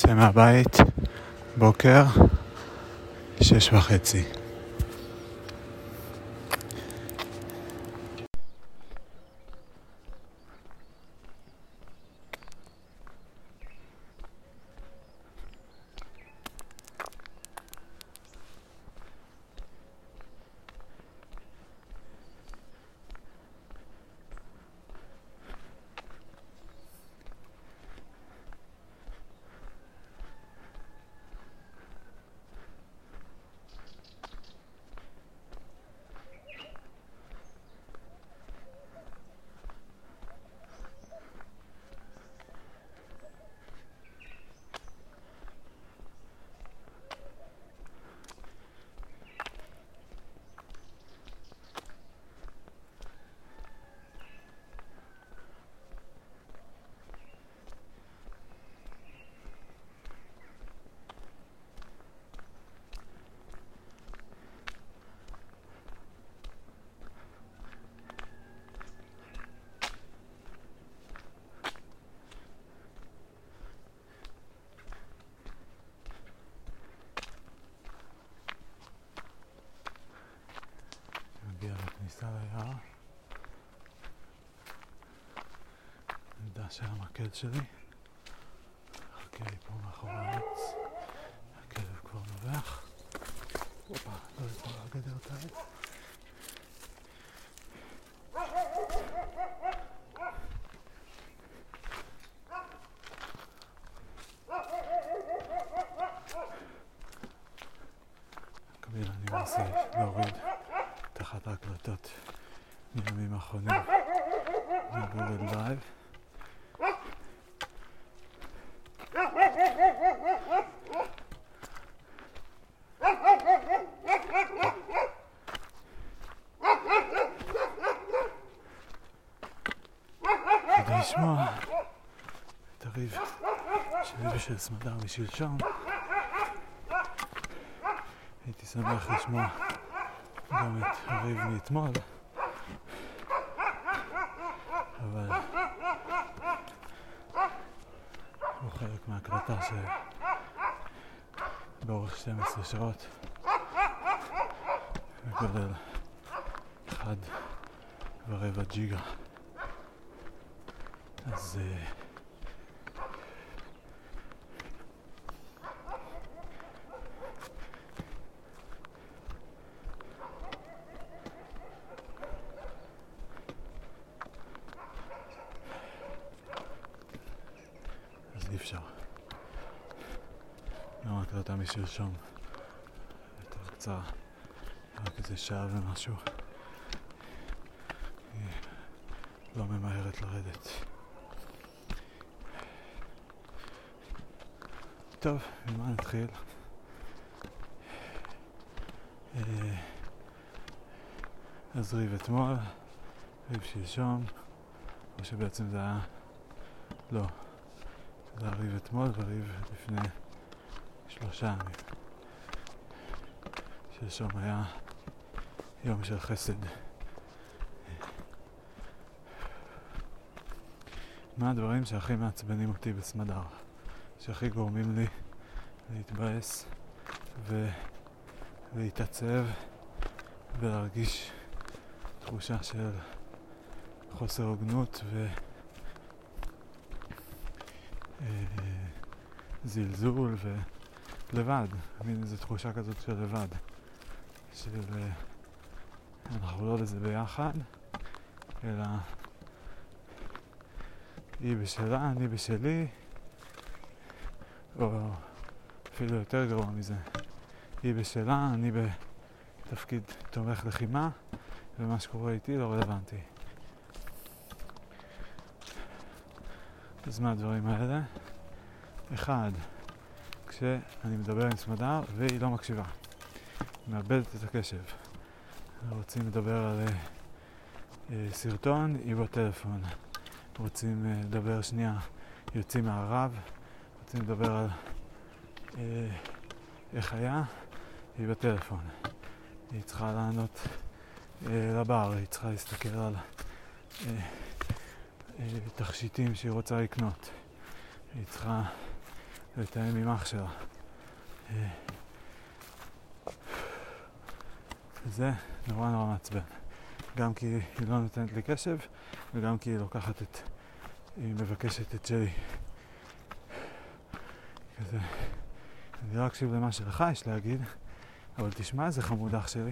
יוצא מהבית, בוקר, 6:30. מגיע לכניסה ליער, עמדה של המקל שלי, חכה לי פה מאחורי העץ, הכלב כבר נובח, הופה, לא לצבור הגדר את העץ. קביל, אני מנסה להוריד את אחת ההקלטות מימים האחרונים מגוגל דרייב. כדי לשמוע את הריב שלי ושל סמדר משלשום, הייתי שמח לשמוע גם את הריב מאתמול, אבל הוא חלק מההקלטה שבאורך 12 שעות מגודל 1.25 ג'יגה. אז אי אפשר. גם ההקלטה משלשום יותר קצרה, רק איזה שעה ומשהו. היא לא ממהרת לרדת. טוב, ממה נתחיל? אז ריב אתמול, ריב שלשום, או שבעצם זה היה... לא. זה היה ריב אתמול וריב לפני 3 ימים. שלשום היה יום של חסד. מה הדברים שהכי מעצבנים אותי בסמדר? שהכי גורמים לי להתבאס ולהתעצב ולהרגיש תחושה של חוסר הוגנות זלזול ולבד, מין איזו תחושה כזאת של לבד, של אנחנו לא לזה ביחד, אלא היא בשלה, אני בשלי, או אפילו יותר גרוע מזה, היא בשלה, אני בתפקיד תומך לחימה, ומה שקורה איתי לא רלוונטי. אז מה הדברים האלה? 1, כשאני מדבר עם סמדר והיא לא מקשיבה, מאבדת את הקשב. רוצים לדבר על סרטון, היא בטלפון. רוצים לדבר שנייה, יוצאים מהרב. רוצים לדבר על איך היה, היא בטלפון. היא צריכה לענות לבר, היא צריכה להסתכל על תכשיטים שהיא רוצה לקנות. היא צריכה לתאם עם אח שלה. זה נורא מעצבן. גם כי היא לא נותנת לי קשב, וגם כי היא היא מבקשת את שלי. כזה, אני לא אקשיב למה שלך יש להגיד, אבל תשמע איזה חמוד אח שלי.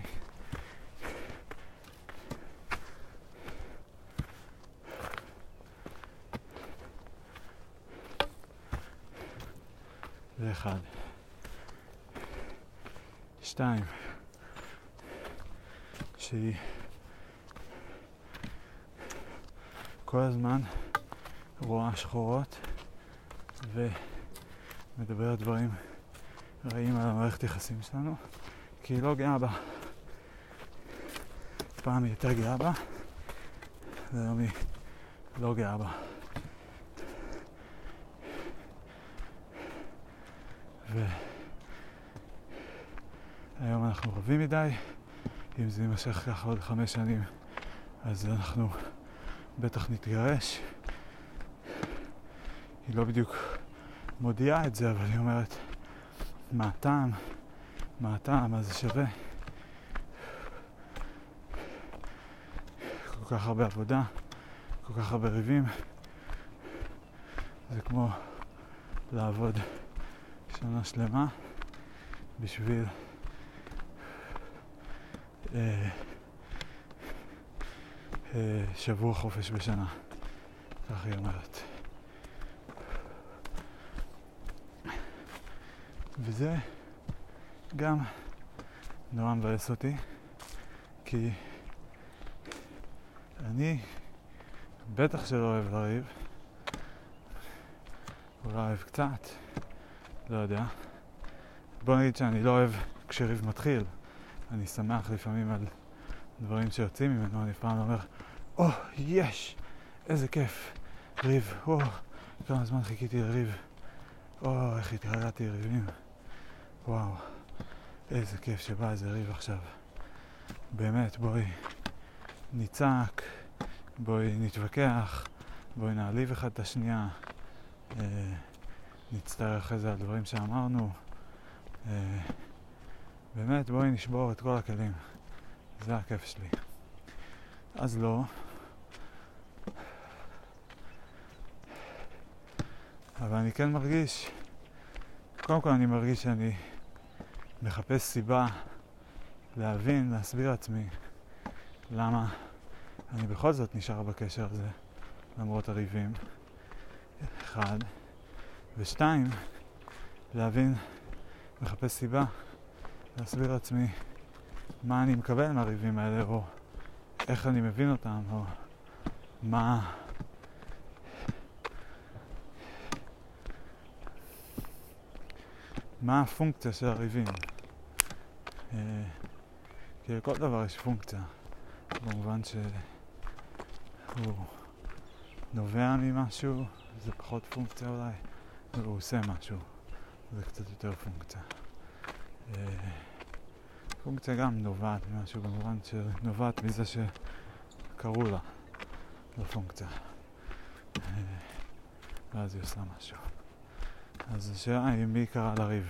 זה אחד. 2. שהיא כל הזמן רואה שחורות ומדברת דברים רעים על המערכת יחסים שלנו, כי היא לא גאה בה. פעם היא יותר גאה בה, והיום היא לא גאה בה. והיום אנחנו רבים מדי. אם זה יימשך ככה עוד 5 שנים, אז אנחנו בטח נתגרש. היא לא בדיוק מודיעה את זה, אבל היא אומרת, מה הטעם? מה זה שווה? כל כך הרבה עבודה, כל כך הרבה ריבים. זה כמו לעבוד שנה שלמה בשביל שבוע חופש בשנה. כך היא אומרת. וזה גם נורא מבאס אותי, כי אני בטח שלא אוהב לריב, אולי אוהב קצת, לא יודע. בוא נגיד שאני לא אוהב כשריב מתחיל. אני שמח לפעמים על דברים שיוצאים ממנו, אני פעם אומר, יש! איזה כיף! ריב, כמה זמן חיכיתי לריב. איך התגעגעתי לריבים. וואו, איזה כיף שבא איזה ריב עכשיו. באמת, בואי נצעק, בואי נתווכח, בואי נעליב אחד את השנייה, נצטער אחרי זה על דברים שאמרנו. באמת, בואי נשבור את כל הכלים. זה הכיף שלי. אז לא. אבל אני כן מרגיש, קודם כל אני מרגיש שאני מחפש סיבה להסביר לעצמי למה אני בכל זאת נשאר בקשר הזה, למרות הריבים. 1. ו2, מחפש סיבה להסביר לעצמי מה אני מקבל מהריבים האלה, או איך אני מבין אותם, או מה הפונקציה של הריבים. כי לכל דבר יש פונקציה, במובן שהוא נובע ממשהו, זה פחות פונקציה אולי, והוא עושה משהו, זה קצת יותר פונקציה. פונקציה גם נובעת ממשהו, במובן שנובעת מזה שקראו לה לפונקציה, ואז היא עושה משהו. אז השאלה היא מי קרא לריב,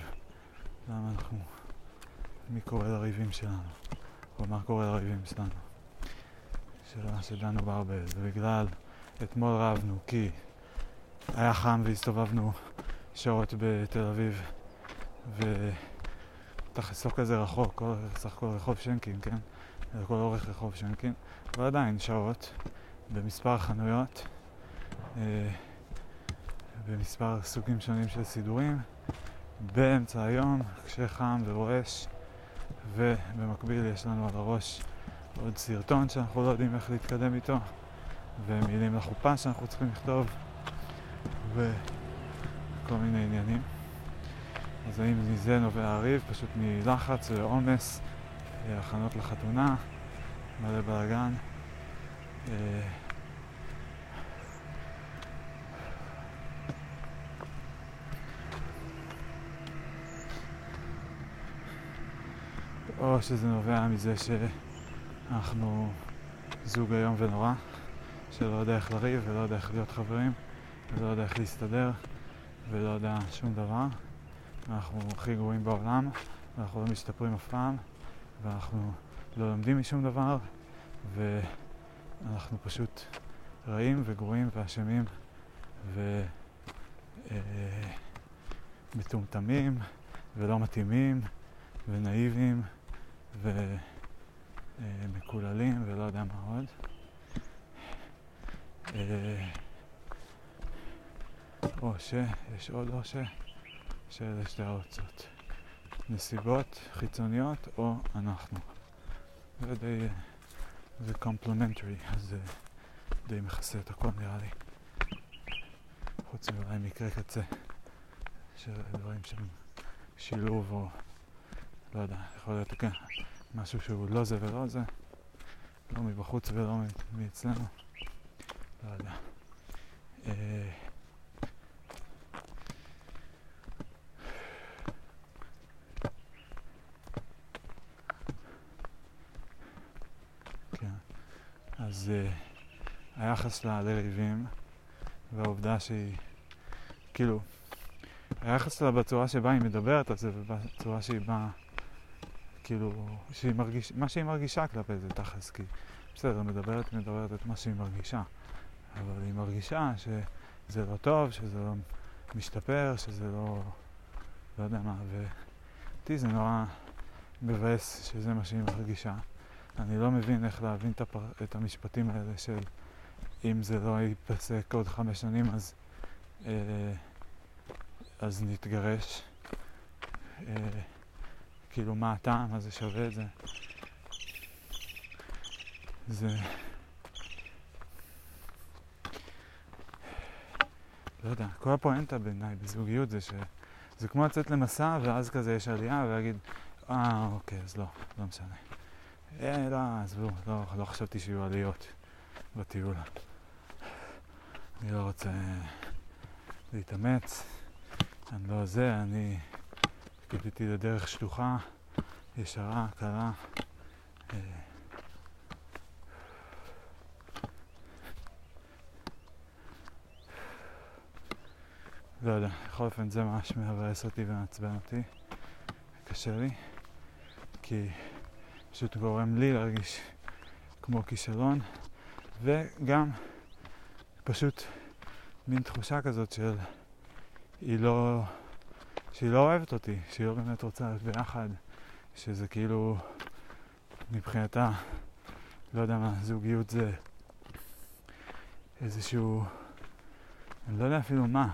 מי קורא לריבים שלנו, או מה קורא לריבים שלנו. שאלה שדנו בה הרבה, זה בגלל אתמול רבנו כי היה חם והסתובבנו שעות בתל אביב, ותחסוק כזה רחוק, סך הכל רחוב שנקין, כן? כל אורך רחוב שנקין, ועדיין שעות במספר חנויות, במספר סוגים שונים של סידורים, באמצע היום, כשחם ורועש, ובמקביל יש לנו על הראש עוד סרטון שאנחנו לא יודעים איך להתקדם איתו, ומילים לחופה שאנחנו צריכים לכתוב, וכל מיני עניינים. אז האם מזה נובע הריב? פשוט מלחץ ועומס, הכנות לחתונה, מלא בלגן. או שזה נובע מזה שאנחנו זוג היום ונורא, שלא יודע איך לריב ולא יודע איך להיות חברים ולא יודע איך להסתדר, ולא יודע שום דבר. אנחנו הכי גרועים בעולם, ואנחנו לא משתפרים אף פעם, ואנחנו לא לומדים משום דבר, ואנחנו פשוט רעים וגרועים ואשמים ומטומטמים ולא מתאימים ונאיבים ומקוללים ולא יודע מה עוד. או יש עוד או שאלה שתי האופציות. נסיבות חיצוניות או אנחנו. זה complementary, אז זה די מכסה את הכל נראה לי. חוץ מאולי מקרה קצה של דברים שהם שילוב או לא יודע, יכול להיות כן, משהו שהוא לא זה ולא זה, לא מבחוץ ולא מאצלנו, לא יודע. כן, אז היחס לריבים והעובדה שהיא כאילו היחס לה בצורה שבה היא מדברת על זה ובצורה שהיא באה כאילו מה שהיא מרגישה כלפי זה תכלס, כי בסדר, מדברת את מה שהיא מרגישה, אבל היא מרגישה שזה לא טוב, שזה לא משתפר, שזה לא יודע מה, ואותי זה נורא מבאס שזה מה שהיא מרגישה. אני לא מבין איך להבין את המשפטים האלה של אם זה לא ייפסק עוד 5 שנים אז נתגרש. כאילו מה הטעם, מה זה שווה את זה? זה לא יודע, כל הפואנטה בעיניי בזוגיות זה שזה כמו לצאת למסע ואז כזה יש עלייה ולהגיד אוקיי, אז לא משנה. לא, עזבו, לא חשבתי שיהיו עליות בטיול. אני לא רוצה להתאמץ, אני לא זה, אני קיבלתי לדרך שטוחה, ישרה, קרה. לא יודע, בכל אופן זה ממש מבאס אותי ומעצבן אותי, קשה לי, כי פשוט גורם לי להרגיש כמו כישלון, וגם פשוט מין תחושה כזאת שהיא לא אוהבת אותי, שהיא לא באמת רוצה להיות ביחד, שזה כאילו מבחינתה, לא יודע מה, זוגיות זה איזשהו, אני לא יודע אפילו מה.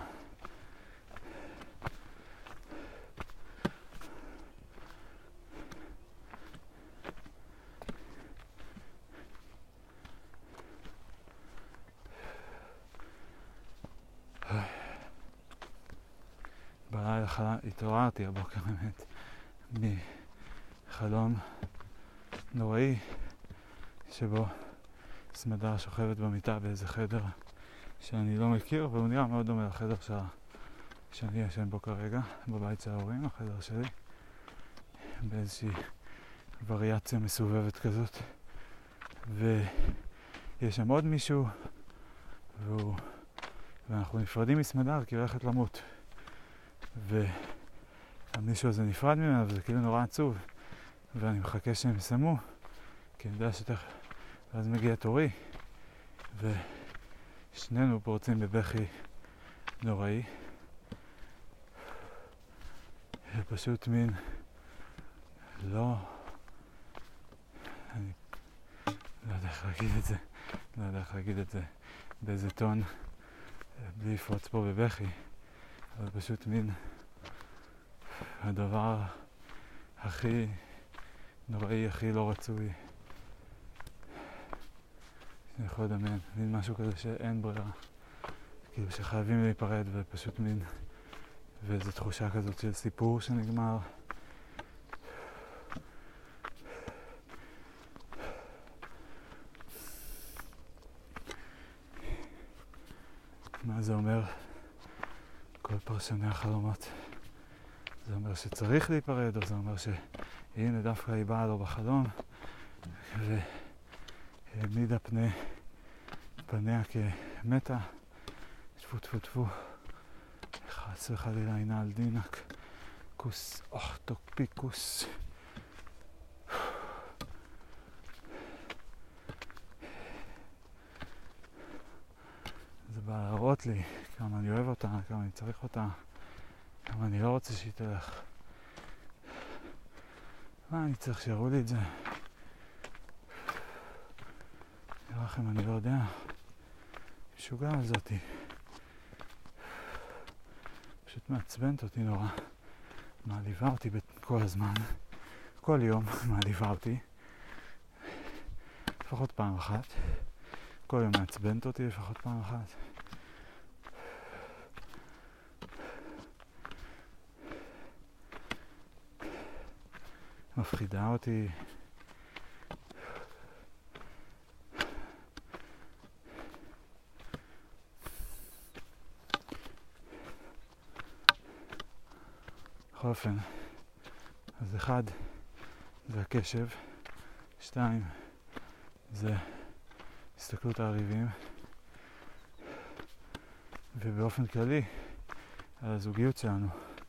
בלילה התעוררתי הבוקר באמת מחלום נוראי שבו סמדר שוכבת במיטה באיזה חדר שאני לא מכיר, והוא נראה מאוד דומה לחדר שאני ישן בו כרגע בבית של ההורים, החדר שלי, באיזושהי וריאציה מסובבת כזאת, ויש שם עוד מישהו ואנחנו נפרדים מסמדר כי היא הולכת למות, והמישהו הזה נפרד ממנו וזה כאילו נורא עצוב, ואני מחכה שהם יסיימו כי אני יודע שתכף ואז מגיע תורי ושנינו פורצים בבכי נוראי, פשוט מין אני לא יודע איך להגיד את זה באיזה טון בלי לפרוץ פה בבכי, אבל פשוט מין הדבר הכי נוראי, הכי לא רצוי שאני יכול לדמיין, מין משהו כזה שאין ברירה, כאילו שחייבים להיפרד, ופשוט מין ואיזו תחושה כזאת של סיפור שנגמר. מה זה אומר? כל פרשני החלומות. זה אומר שצריך להיפרד, או זה אומר שהנה דווקא היא באה לו בחלום והעמידה פניה כמתה, טפו טפו טפו, חס חס וחלילה ינעל דינק קוס אוכטופיקוס. זה בא להראות לי כמה אני אוהב אותה, כמה אני צריך אותה, כמה אני לא רוצה שהיא תלך. מה אני צריך שיראו לי את זה? נראה לכם, אני לא יודע. משוגע על זאתי. פשוט מעצבנת אותי נורא. מעליבה אותי כל הזמן. כל יום מעליבה אותי. לפחות פעם אחת. כל יום מעצבנת אותי לפחות פעם אחת. מפחידה אותי. בכל אופן, אז 1 זה הקשב, 2 זה הסתכלות על הריבים, ובאופן כללי על הזוגיות שלנו.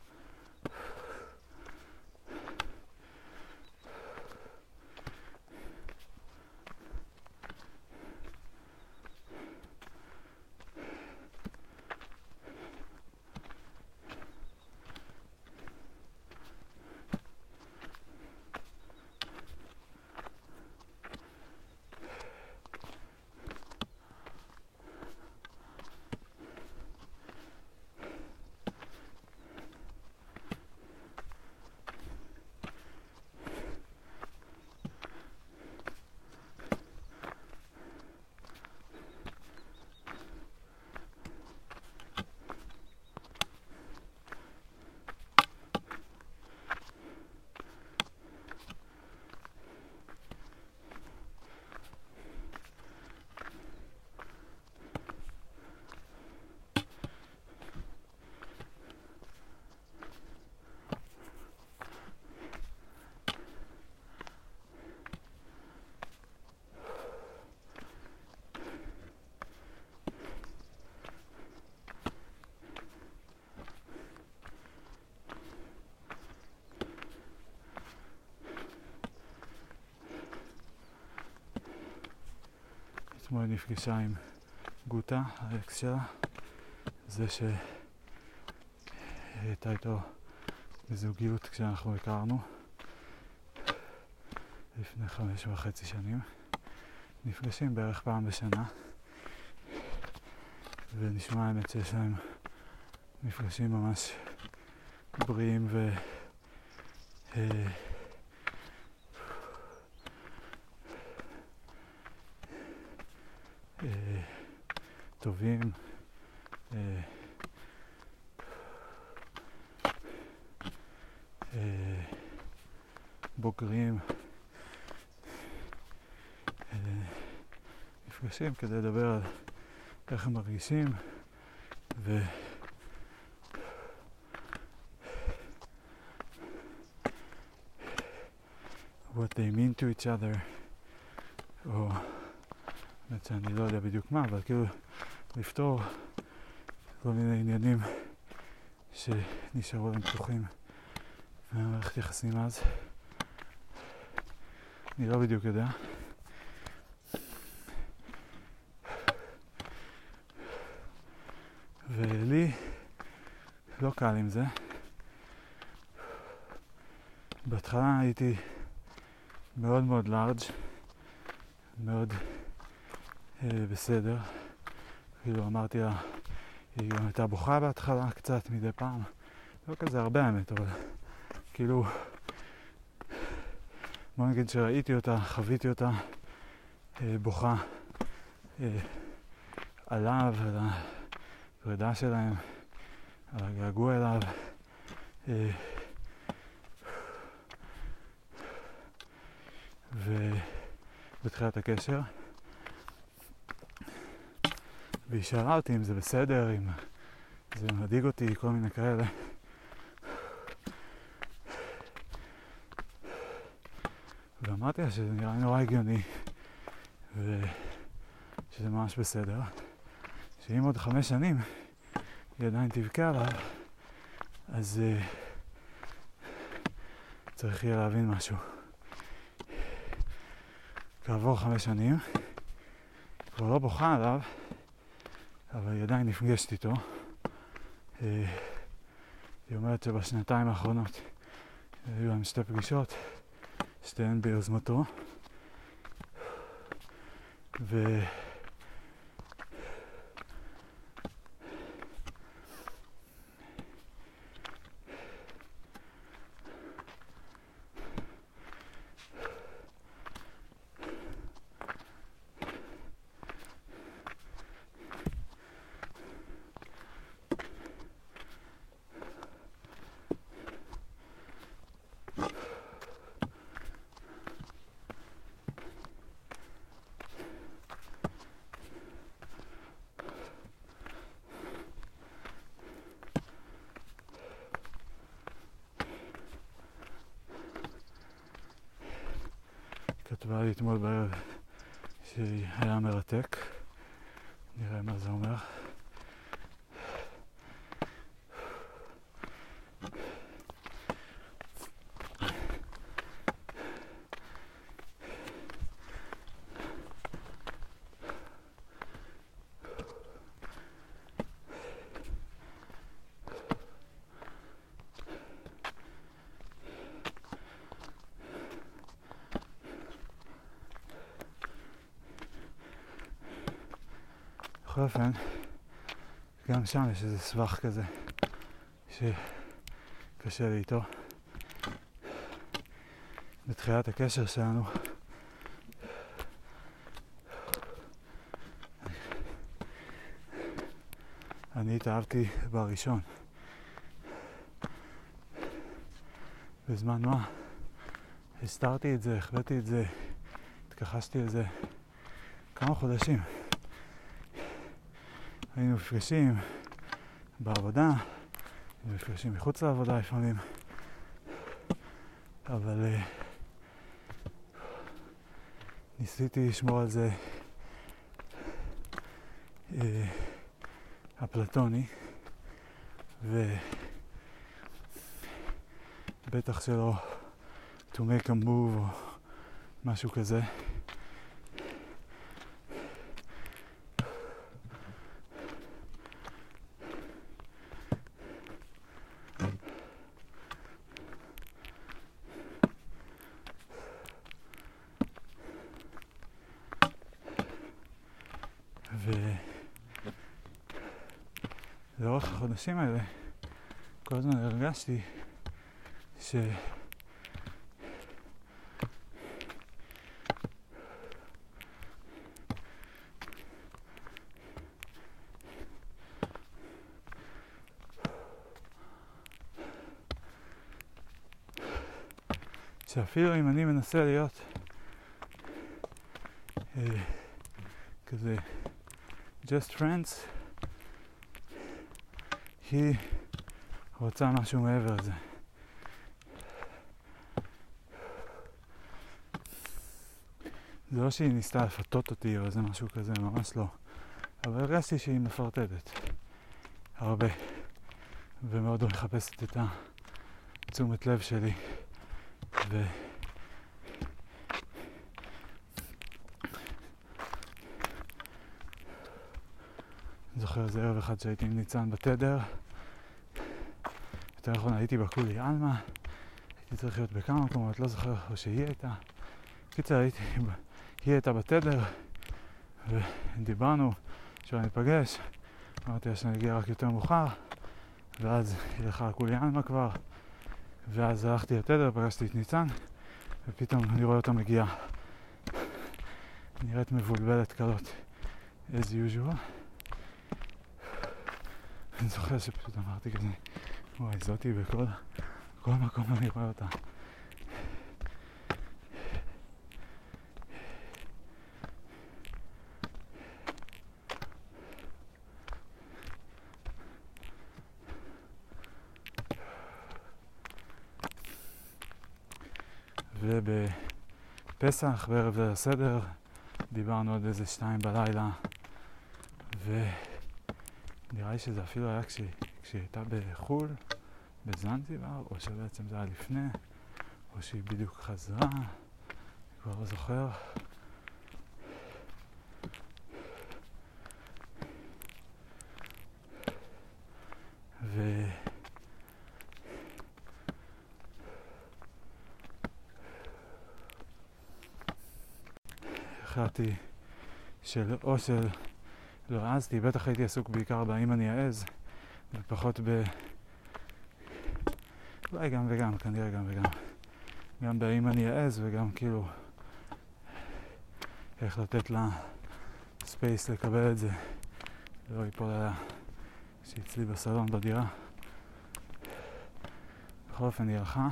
אתמול נפגשה עם גוטה, האקס שלה, זה שהייתה איתו בזוגיות כשאנחנו הכרנו לפני 5.5 שנים. נפגשים בערך פעם בשנה, ונשמע האמת שיש להם מפגשים ממש בריאים טובים, בוגרים, נפגשים כדי לדבר על איך הם מרגישים what they mean to each other, או באמת שאני לא יודע בדיוק מה, אבל כאילו לפתור כל מיני עניינים שנשארו להם פתוחים מהמערכת יחסים אז. אני לא בדיוק יודע. ולי לא קל עם זה. בהתחלה הייתי מאוד מאוד לארג', מאוד בסדר. כאילו אמרתי לה, היא גם הייתה בוכה בהתחלה קצת מדי פעם. לא כזה הרבה האמת, אבל כאילו בוא נגיד שראיתי אותה, חוויתי אותה בוכה עליו, על הפרידה שלהם, על הגעגוע אליו. ובתחילת הקשר והיא שאלה אותי אם זה בסדר, אם זה מדאיג אותי, כל מיני כאלה. ואמרתי לה שזה נראה נורא הגיוני ושזה ממש בסדר, שאם עוד 5 שנים היא עדיין תבכה עליו אז צריך יהיה להבין משהו. כעבור 5 שנים, כבר לא בוכה עליו, אבל היא עדיין נפגשת איתו. היא אומרת שבשנתיים האחרונות היו להם 2 פגישות, שתיהן ביוזמתו, כתבה לי אתמול בערב שהיה מרתק, נראה מה זה אומר. בכל אופן, גם שם יש איזה סבך כזה שקשה לי איתו. בתחילת הקשר שלנו אני התאהבתי בראשון. בזמן מה? הסתרתי את זה, החבאתי את זה, התכחשתי על זה כמה חודשים. היינו מפגשים בעבודה, היינו מפגשים מחוץ לעבודה לפעמים, אבל ניסיתי לשמור על זה אפלטוני, ובטח שלא to make a move או משהו כזה. ולאורך החודשים האלה כל הזמן הרגשתי שאפילו אם אני מנסה להיות כזה just friends, היא רוצה משהו מעבר לזה. זה לא שהיא ניסתה לפתות אותי או איזה משהו כזה, ממש לא. אבל הרגשתי שהיא מפרטטת הרבה, ומאוד לא מחפשת את התשומת לב שלי. זוכר איזה ערב אחד שהייתי עם ניצן בתדר, יותר נכון הייתי בכולי אלמה, הייתי צריך להיות בכמה מקומות, לא זוכר או שהיא הייתה. קיצר, היא הייתה בתדר ודיברנו שאני ניפגש, אמרתי לה שאני אגיע רק יותר מאוחר, ואז היא הלכה לכולי אלמה כבר, ואז הלכתי לתדר, פגשתי את ניצן, ופתאום אני רואה אותה מגיעה. נראית מבולבלת קלות, as usual. אני זוכר שפשוט אמרתי כזה, וואי, זאתי בכל מקום אני רואה אותה. ובפסח, בערב ליל הסדר, דיברנו עד איזה 2 בלילה, ונראה לי שזה אפילו היה כשהיא הייתה בחול, בזנזיבר, או שבעצם זה היה לפני, או שהיא בדיוק חזרה, אני כבר לא זוכר. החלטתי או שלא העזתי, בטח הייתי עסוק בעיקר באם אני אעז, ופחות אולי גם וגם, כנראה גם וגם. גם באם אני אעז וגם כאילו איך לתת לה ספייס לקבל את זה, לא ייפול עליה שאצלי בסלון בדירה. בכל אופן היא הלכה,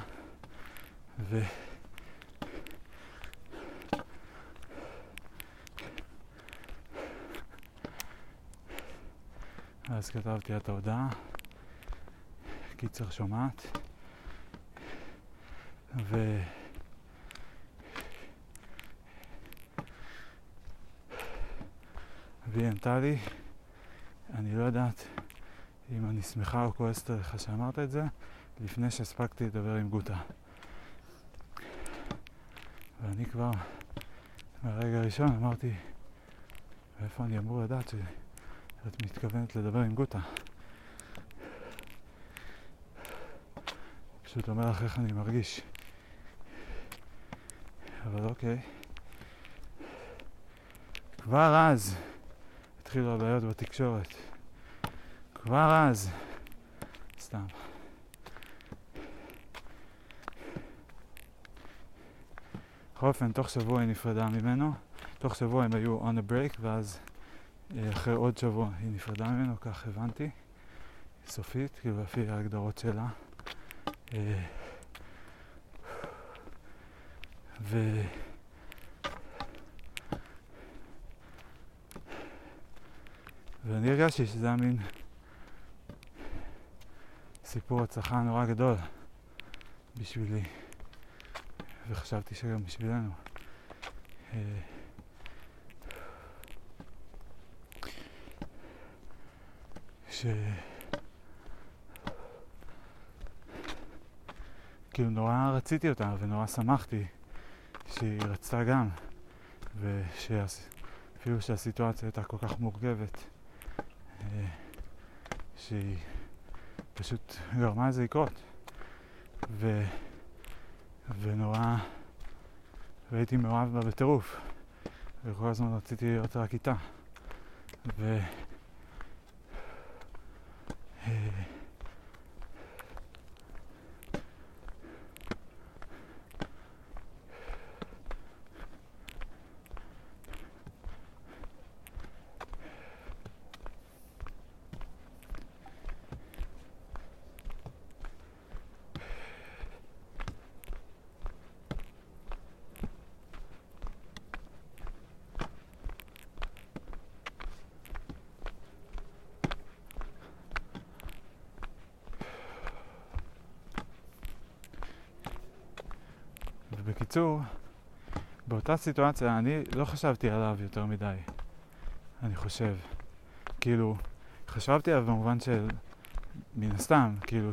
אז כתבתי את ההודעה, קיצר שומעת, והיא ענתה לי, אני לא יודעת אם אני שמחה או כועסת עליך שאמרת את זה, לפני שהספקתי לדבר עם גוטה. ואני כבר מהרגע הראשון אמרתי, ואיפה אני אמור לדעת שאת מתכוונת לדבר עם גוטה? פשוט אומר לך איך אני מרגיש. אבל אוקיי. כבר אז התחילו הבעיות בתקשורת. כבר אז. סתם. בכל אופן, תוך שבוע היא נפרדה ממנו. תוך שבוע הם היו on a break, ואז אחרי עוד שבוע היא נפרדה ממנו, כך הבנתי. סופית, כאילו לפי ההגדרות שלה. ואני הרגשתי שזה היה מין סיפור הצלחה נורא גדול בשבילי, וחשבתי שגם בשבילנו. כאילו נורא רציתי אותה ונורא שמחתי שהיא רצתה גם, אפילו שהסיטואציה הייתה כל כך מורכבת, שהיא פשוט גרמה לזה לקרות, ונורא והייתי מאוהב בה בטירוף, וכל הזמן רציתי להיות רק איתה, ובקיצור, באותה סיטואציה אני לא חשבתי עליו יותר מדי, אני חושב. כאילו, חשבתי עליו במובן של מן הסתם, כאילו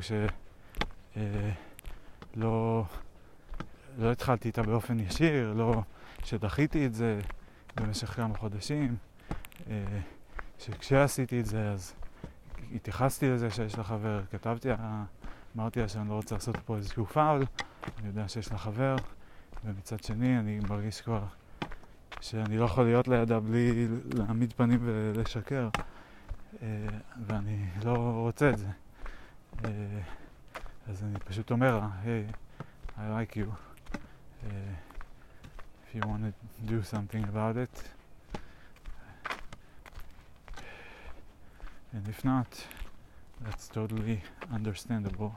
לא התחלתי איתה באופן ישיר, לא שדחיתי את זה במשך כמה חודשים, שכשעשיתי את זה אז התייחסתי לזה שיש לה חבר, אמרתי לה שאני לא רוצה לעשות פה איזשהו פאול, אני יודע שיש לה חבר, ומצד שני אני מרגיש כבר שאני לא יכול להיות לידה בלי להעמיד פנים ולשקר, ואני לא רוצה את זה. אז אני פשוט אומר לה, hey, I like you. If you want to do something about it. And if not, that's totally understandable.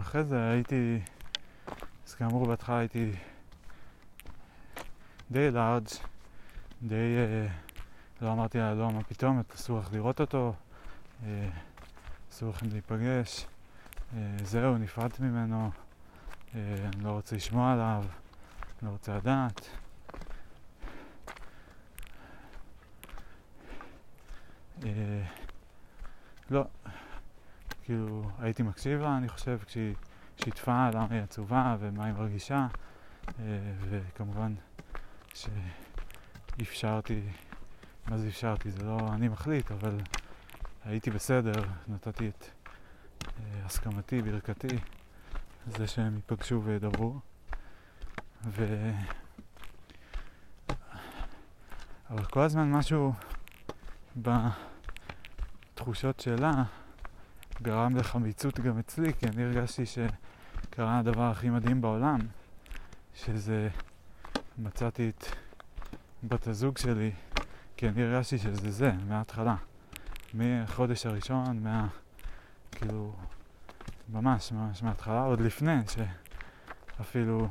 אחרי זה הייתי, אז כאמור בהתחלה הייתי די לארג', די, לא אמרתי לה לא, מה פתאום, אסור לך לראות אותו, אסור לכם להיפגש, זהו, נפרדתי ממנו, אני לא רוצה לשמוע עליו, לא רוצה לדעת. לא, כאילו הייתי מקשיב לה, אני חושב, כשהיא שיתפה למה היא עצובה ומה היא מרגישה, וכמובן שאפשרתי, מה זה אפשרתי? זה לא אני מחליט, אבל הייתי בסדר, נתתי את הסכמתי, ברכתי, זה שהם ייפגשו וידברו. אבל כל הזמן משהו בתחושות שלה גרם לחמיצות גם אצלי, כי אני הרגשתי שקרה הדבר הכי מדהים בעולם, שזה מצאתי את בת הזוג שלי, כי אני הרגשתי שזה זה, מההתחלה. מהחודש הראשון, כאילו, ממש מההתחלה, עוד לפני שאפילו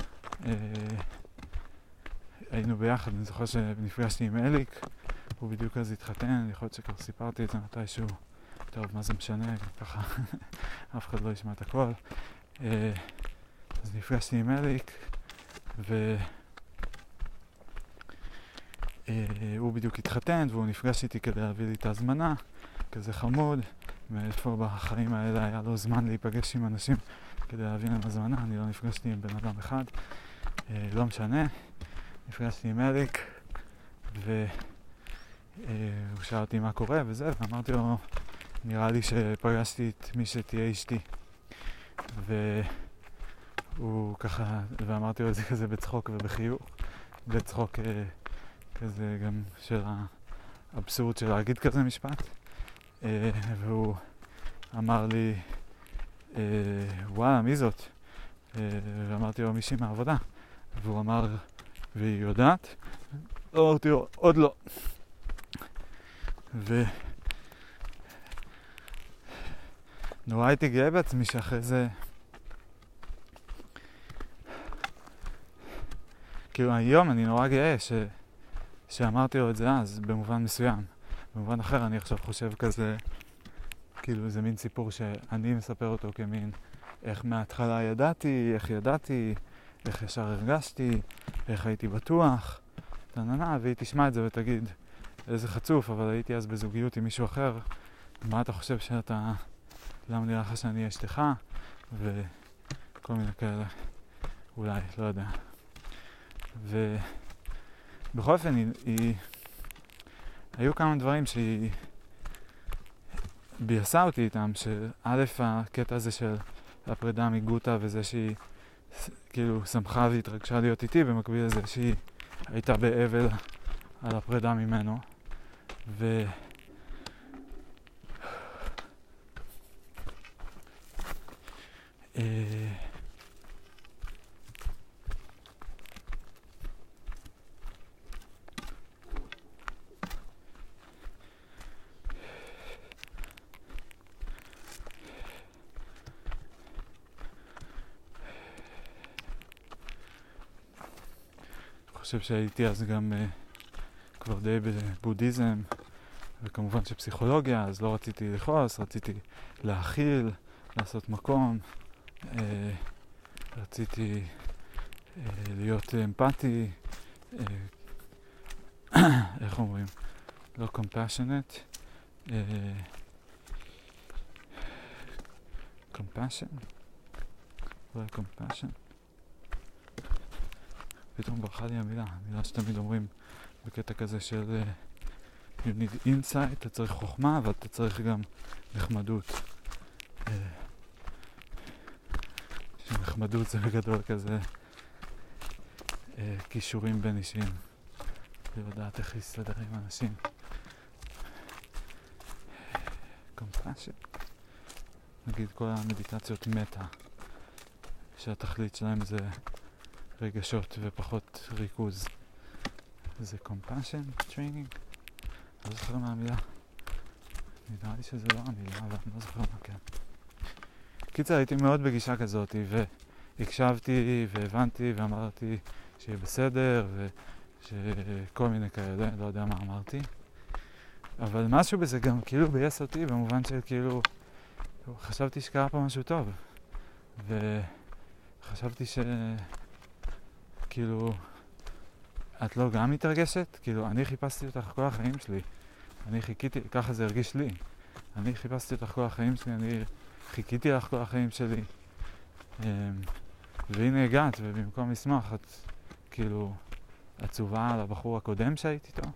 היינו ביחד. אני זוכר שנפגשתי עם אליק, הוא בדיוק אז התחתן, יכול להיות שכבר סיפרתי את זה מתישהו, טוב, מה זה משנה, ככה אף אחד לא ישמע את הכל. אז נפגשתי עם אליק, והוא בדיוק התחתן, והוא נפגש איתי כדי להביא לי את ההזמנה, כזה חמוד, מאיפה בחיים האלה היה לו זמן להיפגש עם אנשים כדי להביא להם הזמנה. אני לא נפגשתי עם בן אדם אחד, לא משנה. נפגשתי עם אליק, והוא שאל אותי מה קורה וזה, ואמרתי לו, נראה לי שפגשתי את מי שתהיה אשתי. והוא ככה, ואמרתי לו את זה כזה בצחוק ובחיוך, בצחוק כזה גם של האבסורד של להגיד כזה משפט. והוא אמר לי, וואלה, מי זאת? ואמרתי לו, מישהי מהעבודה. והוא אמר, והיא יודעת? לא, אמרתי לו, עוד לא. נורא הייתי גאה בעצמי שאחרי זה, כאילו היום אני נורא גאה שאמרתי לו את זה אז, במובן מסוים. במובן אחר אני עכשיו חושב כזה, כאילו זה מין סיפור שאני מספר אותו כמין איך מההתחלה ידעתי, איך ישר הרגשתי, איך הייתי בטוח, והיא תשמע את זה ותגיד, איזה חצוף, אבל הייתי אז בזוגיות עם מישהו אחר, מה אתה חושב שאתה, למה נראה לך שאני אשתך, וכל מיני כאלה, אולי, לא יודע. ובכל אופן, היו כמה דברים שהיא ביאסה אותי איתם, שא' הקטע הזה של הפרידה מגוטה וזה שהיא כאילו שמחה והתרגשה להיות איתי, במקביל לזה שהיא הייתה באבל על הפרידה ממנו. אני חושב שהייתי אז גם כבר די בבודהיזם, וכמובן שפסיכולוגיה, אז לא רציתי לכעוס, רציתי להכיל, לעשות מקום, רציתי להיות אמפתי, איך אומרים? לא compassionate, compassion? אולי compassion? פתאום ברכה לי המילה שתמיד אומרים בקטע כזה של you need insight, אתה צריך חוכמה, אבל אתה צריך גם נחמדות. שנחמדות זה בגדול כזה קישורים בין אישיים, לדעת איך להסתדר עם אנשים. compassion. נגיד כל המדיטציות מטה, שהתכלית שלהם זה רגשות ופחות ריכוז. זה compassion training. לא זוכר מה המילה. נראה לי שזה לא המילה, אבל אני לא זוכר מה כן. קיצר, הייתי מאוד בגישה כזאת, והקשבתי והבנתי ואמרתי שיהיה בסדר, ושכל מיני כאלה, לא יודע מה אמרתי. אבל משהו בזה גם כאילו בייס אותי, במובן של כאילו, חשבתי שקרה פה משהו טוב. וחשבתי כאילו, את לא גם מתרגשת? כאילו, אני חיפשתי אותך כל החיים שלי. אני חיכיתי, ככה זה הרגיש לי. אני חיפשתי אותך כל החיים שלי, אני חיכיתי לך כל החיים שלי. והנה הגעת, ובמקום לשמוח, את כאילו עצובה על הבחור הקודם שהייתי איתו.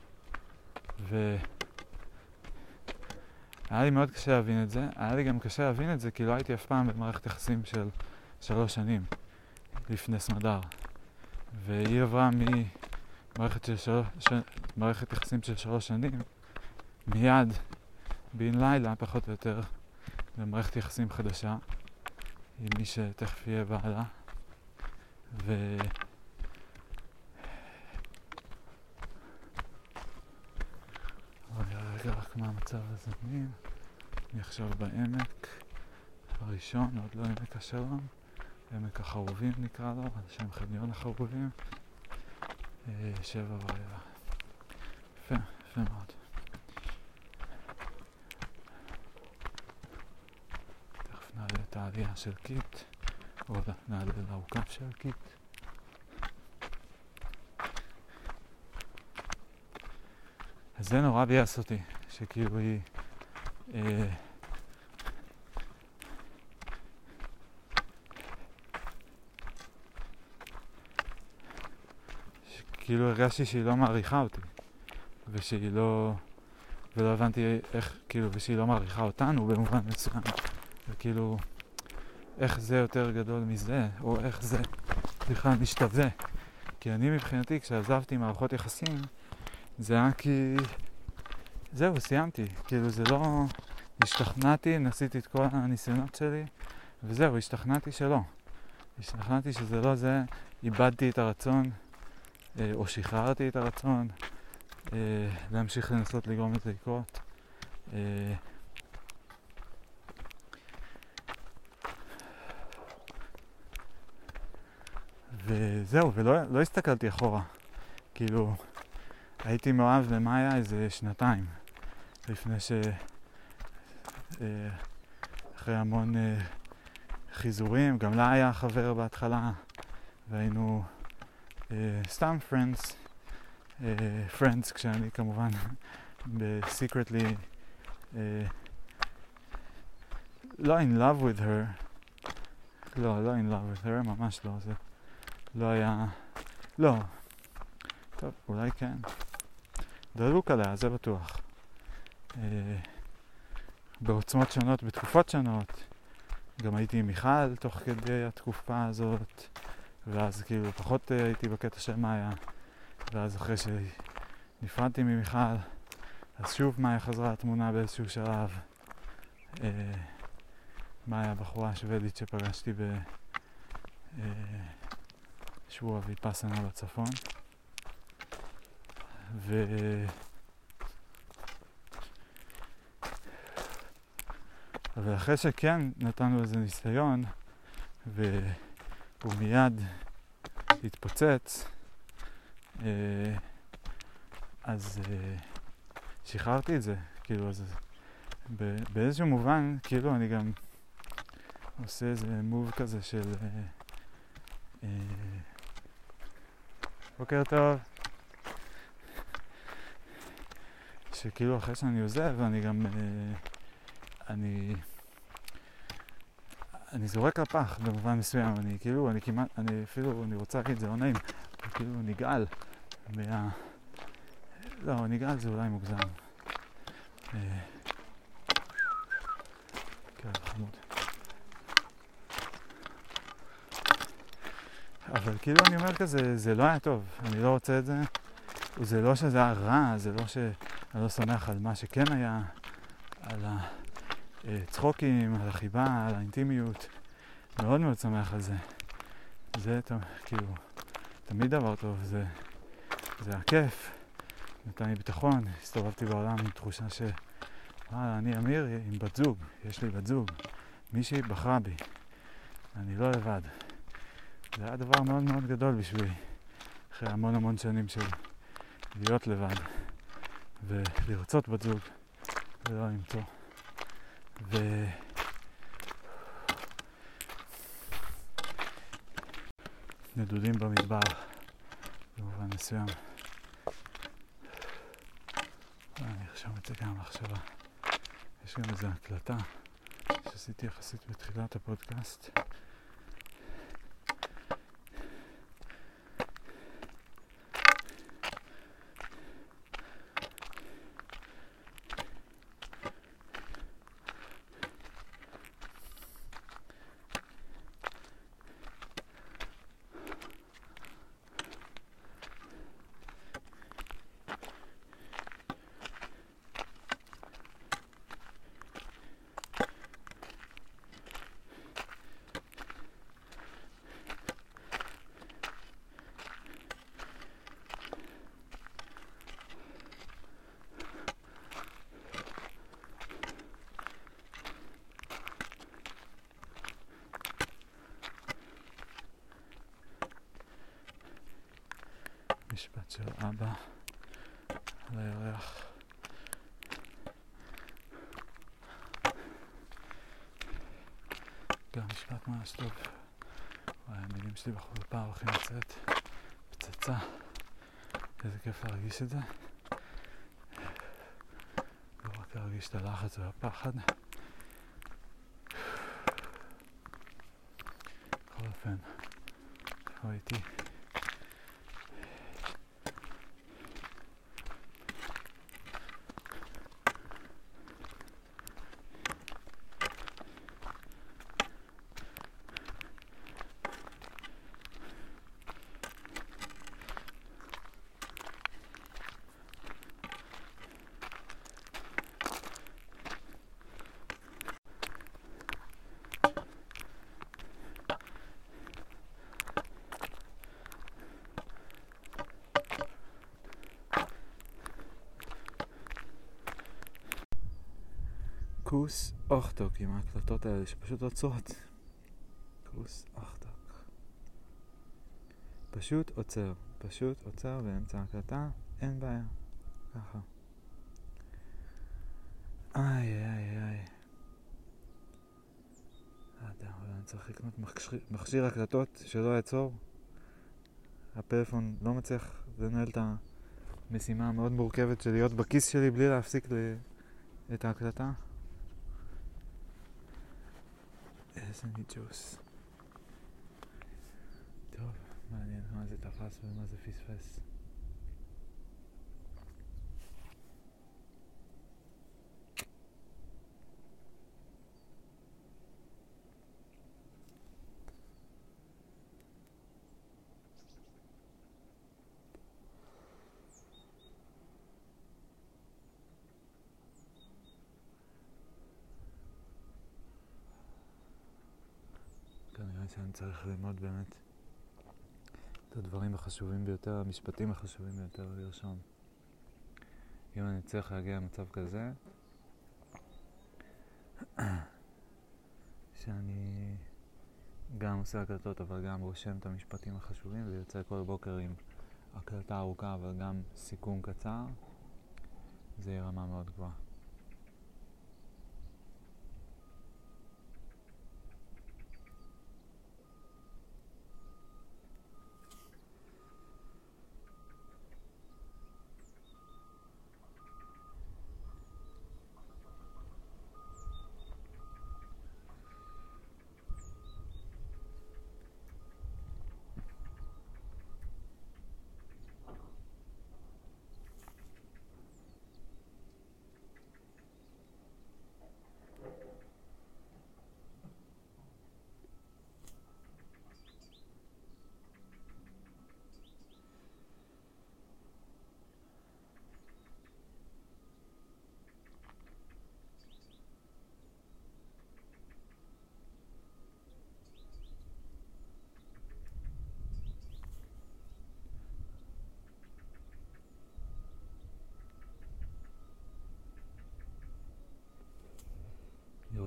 היה לי מאוד קשה להבין את זה. היה לי גם קשה להבין את זה, כי לא הייתי אף פעם במערכת יחסים של 3 שנים לפני סמדר. והיא עברה מערכת יחסים של 3 שנים, מיד, בין לילה, פחות או יותר, במערכת יחסים חדשה, עם מי שתכף יהיה בעלה. רגע, רק מה המצב הזמין. אני עכשיו בעמק הראשון, עוד לא עמק השלום, עמק החרובים נקרא לו, על שם חניון החרובים. 7:15. יפה, יפה מאוד. תכף נעלה את העלייה של קיט, או נעלה לעוקף של קיט. אז זה נורא בייס אותי, שכאילו היא כאילו הרגשתי שהיא לא מעריכה אותי, ושהיא לא, ולא הבנתי איך, כאילו, ושהיא לא מעריכה אותנו במובן מסוים, וכאילו, איך זה יותר גדול מזה, או איך זה בכלל משתווה. כי אני מבחינתי, כשעזבתי מערכות יחסים, זה היה כי זהו, סיימתי. כאילו זה לא, השתכנעתי, ניסיתי את כל הניסיונות שלי, וזהו, השתכנעתי שלא. השתכנעתי שזה לא זה, איבדתי את הרצון, או שחררתי את הרצון, להמשיך לנסות לגרום את זה לקרות. וזהו, ולא הסתכלתי אחורה. כאילו, הייתי מאוהב למאיה איזה 2 לפני אחרי המון חיזורים, גם לה היה חבר בהתחלה, והיינו סתם friends, כשאני כמובן בסיקרטלי לא in love with her, לא in love with her, ממש לא, זה לא היה, לא, טוב, אולי כן, דלוק עליה, זה בטוח, בעוצמות שונות, בתקופות שונות, גם הייתי עם מיכל תוך כדי התקופה הזאת, ואז כאילו פחות הייתי בקטע של מאיה, ואז אחרי שנפרדתי ממיכל, אז שוב מאיה חזרה לתמונה באיזשהו שלב. מאיה, בחורה שוודית שפגשתי בשבוע ויפאסנה בצפון. אבל אחרי שכן נתנו איזה ניסיון, והוא מיד התפוצץ, אז שחררתי את זה, כאילו, אז באיזשהו מובן, כאילו, אני גם עושה איזה מוב כזה של בוקר טוב, שכאילו אחרי שאני עוזב, אני גם אני זורק לפח במובן מסוים, אני כאילו, אני כמעט, אני רוצה להגיד, זה לא נעים, כאילו נגעל לא, נגעל זה אולי מוגזם. כן, חמוד. אבל כאילו אני אומר כזה, זה לא היה טוב, אני לא רוצה את זה, וזה לא שזה היה רע, זה לא שאני לא שמח על מה שכן היה, על הצחוקים, על החיבה, על האינטימיות, מאוד מאוד שמח על זה. זה כאילו, תמיד דבר טוב, זה היה כיף, נתן לי ביטחון, הסתובבתי בעולם עם תחושה אני אמיר עם בת זוג, יש לי בת זוג, מישהי בחרה בי. אני לא לבד. זה היה דבר מאוד מאוד גדול בשבילי. אחרי המון שנים של להיות לבד. ולרצות בת זוג. ולא למצוא. נדודים במדבר. במובן מסוים. אני ארשום את זה גם מחשבה. יש גם איזו הקלטה שעשיתי יחסית בתחילת הפודקאסט. משפט של אבא על הירח. גם משפט ממש טוב. המילים שלי בחולפה הולכים לצאת פצצה. איזה כיף להרגיש את זה. לא רק להרגיש את הלחץ והפחד. בכל אופן, איפה הייתי? קוס אוכטוק עם ההקלטות האלה שפשוט עוצרות. קוס אוכטוק. פשוט עוצר באמצע ההקלטה, אין בעיה. ככה. איי. אבל אני צריך לקנות מכשיר הקלטות שלא יעצור. הפלאפון לא מצליח לנהל את המשימה המאוד מורכבת של להיות בכיס שלי בלי להפסיק את ההקלטה. איזה ניג'וס. טוב, מעניין מה זה תפס ומה זה פספס. כנראה שאני צריך ללמוד באמת את הדברים החשובים ביותר, המשפטים החשובים ביותר לרשום. אם אני צריך להגיע למצב כזה, שאני גם עושה הקלטות אבל גם רושם את המשפטים החשובים ויוצא כל בוקר עם הקלטה ארוכה אבל גם סיכום קצר, זה יהיה רמה מאוד גבוהה.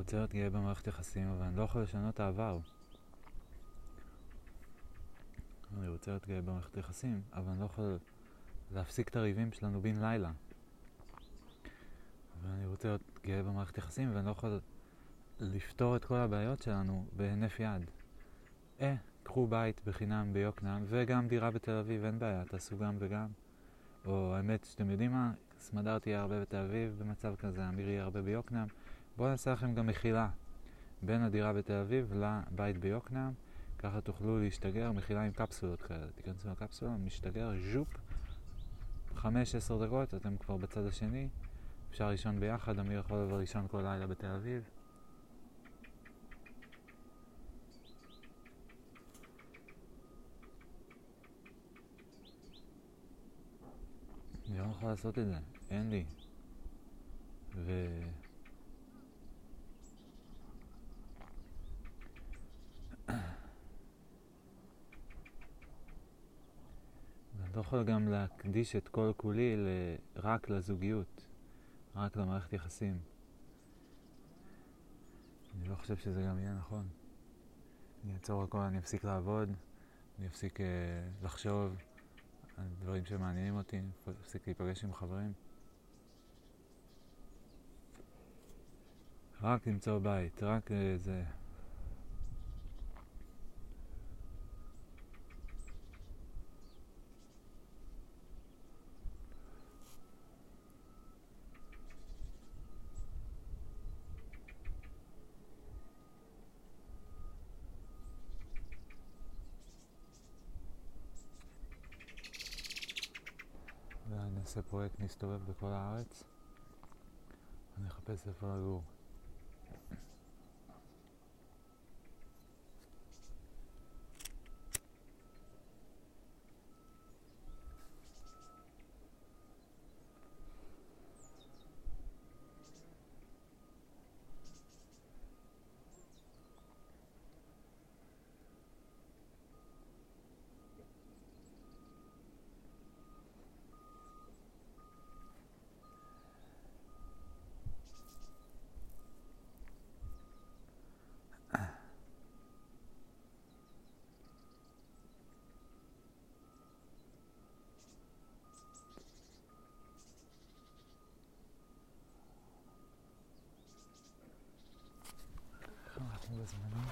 רוצה להיות גאה במערכת יחסים, אבל אני לא יכול לשנות את העבר. אני רוצה להיות גאה במערכת יחסים, אבל אני לא יכול להפסיק את הריבים שלנו בן לילה. ואני רוצה להיות גאה במערכת יחסים, ואני לא יכול לפתור את כל הבעיות שלנו בהינף יד. קחו בית בחינם ביוקנעם, וגם דירה בתל אביב, אין בעיה, תעשו גם וגם. או האמת שאתם יודעים מה, סמדר תהיה הרבה בתל אביב במצב כזה, אמיר יהיה הרבה ביוקנעם. בואו נעשה לכם גם מחילה בין הדירה בתל אביב לבית ביוקנעם, ככה תוכלו להשתגר, מחילה עם קפסולות כאלה. תיכנסו לקפסולה, משתגר, ז'ופ, 5-10 דקות, אתם כבר בצד השני, אפשר לישון ביחד, אמיר יכול לבוא לישון כל לילה בתל אביב. אני לא יכול לעשות את זה, אין לי. אני לא יכול גם להקדיש את כל כולי רק לזוגיות, רק למערכת יחסים. אני לא חושב שזה גם יהיה נכון. אני אעצור הכל, אני אפסיק לעבוד, אני אפסיק לחשוב על דברים שמעניינים אותי, אני אפסיק להיפגש עם חברים. רק למצוא בית, רק זה. ואני אעשה פרויקט מסתובב בכל הארץ, אני אחפש איפה לגור. אנחנו בזמנים.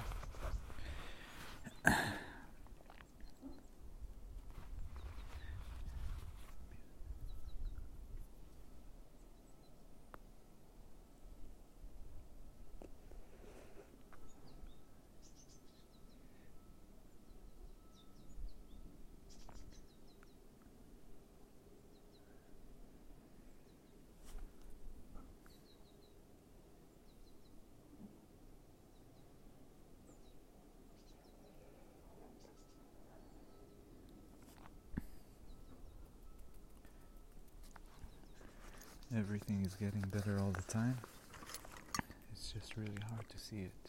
Everything is getting better all the time. It's just really hard to see it.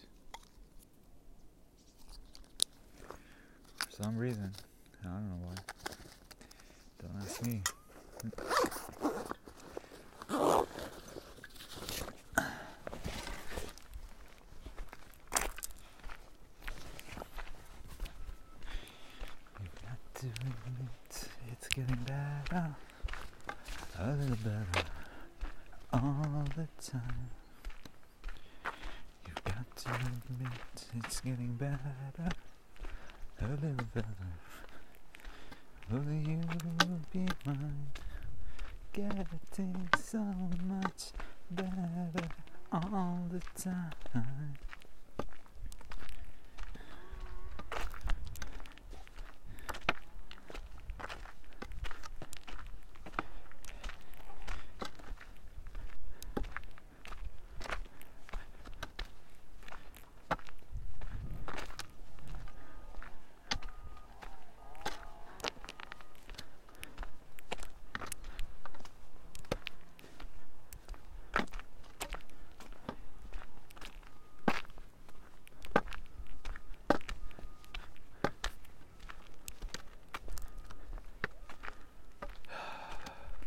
For some reason. I don't know why. Don't ask me. You've got to admit it's getting better. A little better. All the time. You've got to admit it's getting better. A little better. Will you be mine? Getting so much better all the time.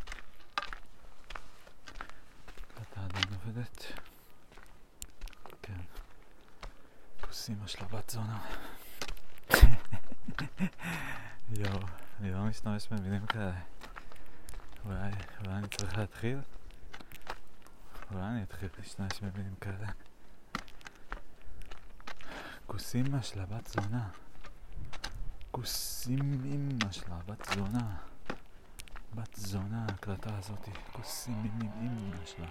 עובדת. כן. כוס אמא של הבת זונה. יואו, אני לא משתמש במילים כאלה. אולי אני צריך להתחיל? אולי אני אתחיל להשתמש במילים כאלה. כוס אמא של הבת זונה. כוס אמא של הבת זונה. בת זונה, ההקלטה הזאת. כוס אמא שלה.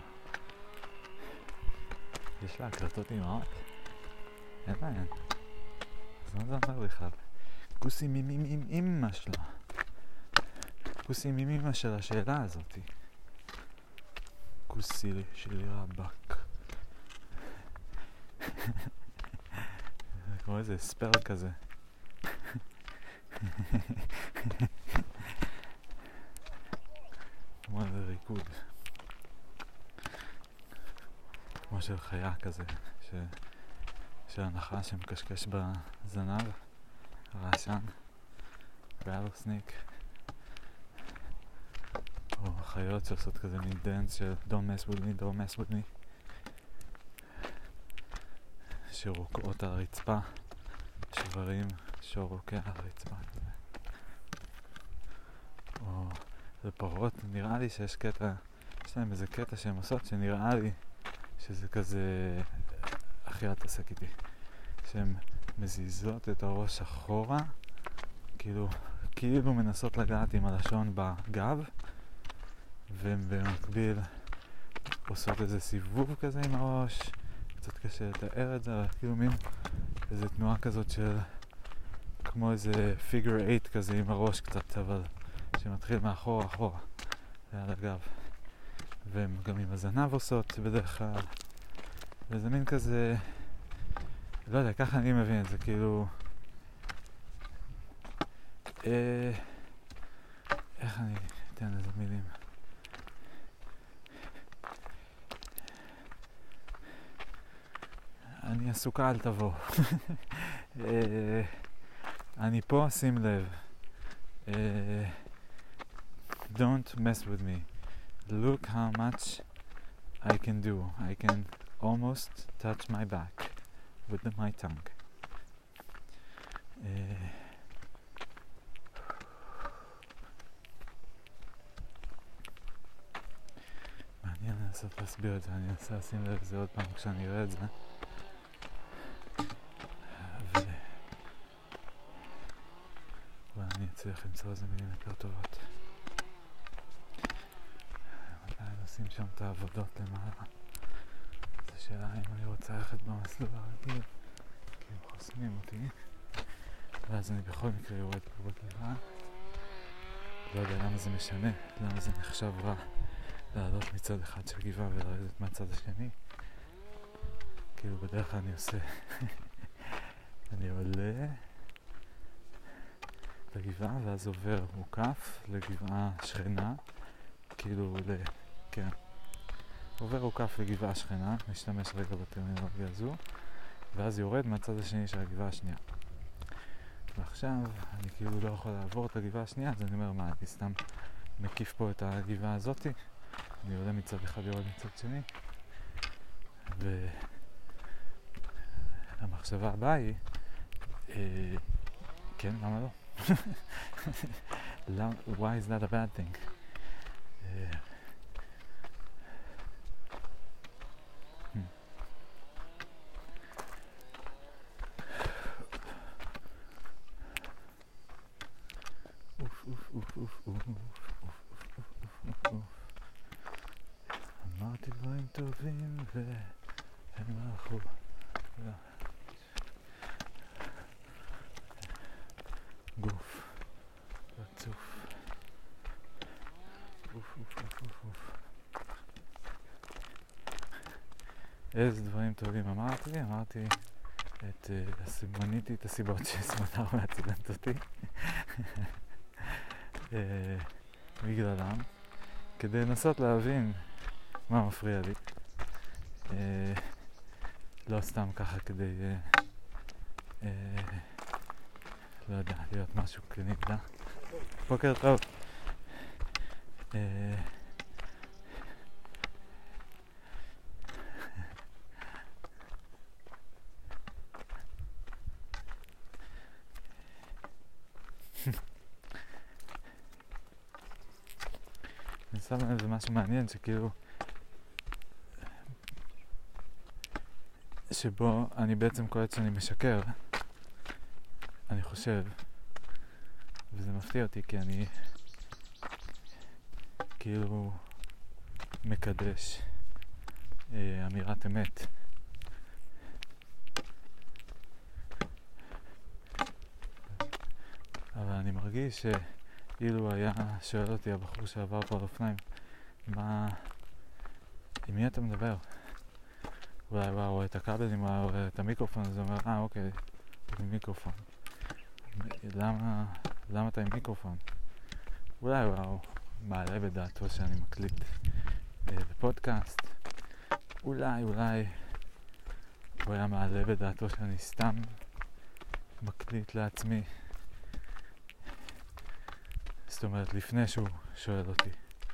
יש לה הקלטות אמהות? אין להן. אז מה זה אומר בכלל? כוס אמא שלה. כוס אמא של השאלה הזאת. כוסי שלי רבק. זה כמו איזה ספר כזה. כמו איזה ריקוד. כמו של חיה כזה. של הנחש שמקשקש בזנב. רעשן. rattlesnake. או החיות שעושות כזה מין דנס של don't mess with me, don't mess with me. שרוקעות על הרצפה. שברים שרוקע על הרצפה. או לפרות, נראה לי שיש קטע, יש להם איזה קטע שהן עושות שנראה לי שזה כזה הכי התעסק איתי. שהן מזיזות את הראש אחורה, כאילו מנסות לגעת עם הלשון בגב, והן במקביל עושות איזה סיבוב כזה עם הראש, קצת קשה לתאר את זה, אבל כאילו מין איזה תנועה כזאת של כמו איזה figure 8 כזה עם הראש קצת, אבל שמתחיל מאחורה אחורה על הגב, והן גם עם הזנב עושות בדרך כלל, וזה מין כזה, לא יודע, ככה אני מבין את זה, כאילו איך אני אתן איזה מילים? אני עסוקה על תבוא. אני פה, שים לב. Don't mess with me. Look how much I can do. I can almost touch my back with my tongue. מעניין לנסות להסביר את זה, אני אנסה לשים לב לזה עוד פעם כשאני אראה את זה. ואני אצליח למצוא איזה מילים יותר טובות. אולי נשים שם את העבודות למעלה. זו שאלה אם אני רוצה ללכת במסלול הרגיל, כי הם חוסמים אותי. ואז אני בכל מקרה יורד פה בגבעה. לא יודע למה זה משנה, למה זה נחשב רע לעלות מצד אחד של גבעה ולרדת מהצד השני. כאילו בדרך כלל אני עושה אני עולה לגבעה ואז עובר מוקף לגבעה שכנה, כאילו כן, עובר מוקף לגבעה שכנה, משתמש רגע בטרמינולוגיה הזו, ואז יורד מהצד השני של הגבעה השנייה. ועכשיו אני כאילו לא יכול לעבור את הגבעה השנייה, אז אני אומר מה, אני סתם מקיף פה את הגבעה הזאתי, אני עולה מצד אחד יורד מצד שני, והמחשבה הבאה היא כן, למה לא? Why is that a bad thing? אמרתי דברים טובים והם הלכו. גוף רצוף. איזה דברים טובים אמרתי? אמרתי מניתי את הסיבות שסמדר מעצבנת אותי בגללם, כדי לנסות להבין מה מפריע לי, לא סתם ככה כדי לא יודע, להיות משהו כנגדה. בוקר טוב. אני שם לב זה משהו מעניין שכאילו שבו אני בעצם קולט שאני משקר, אני חושב, וזה מפתיע אותי כי אני כאילו מקדש אמירת אמת. אבל אני מרגיש שאילו היה שואל אותי הבחור שעבר פה על אופניים, עם מי אתה מדבר? אולי הוא רואה את הכבלים, הוא רואה את המיקרופון, אז הוא אומר, אוקיי, עם מיקרופון. למה אתה עם מיקרופון? אולי הוא מעלה בדעתו שאני מקליט בפודקאסט. אולי הוא היה מעלה בדעתו שאני סתם מקליט לעצמי. זאת אומרת, לפני שהוא שואל אותי.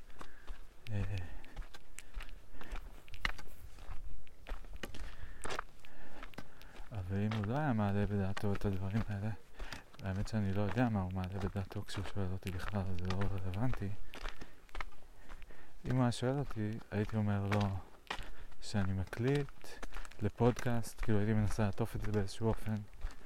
אבל אם הוא לא היה מעלה בדעתו את הדברים האלה, האמת שאני לא יודע מה הוא מעלה בדעתו כשהוא שואל אותי בכלל, זה לא רלוונטי. אם הוא היה שואל אותי, הייתי אומר לו שאני מקליט לפודקאסט, כאילו הייתי מנסה לעטוף את זה באיזשהו אופן.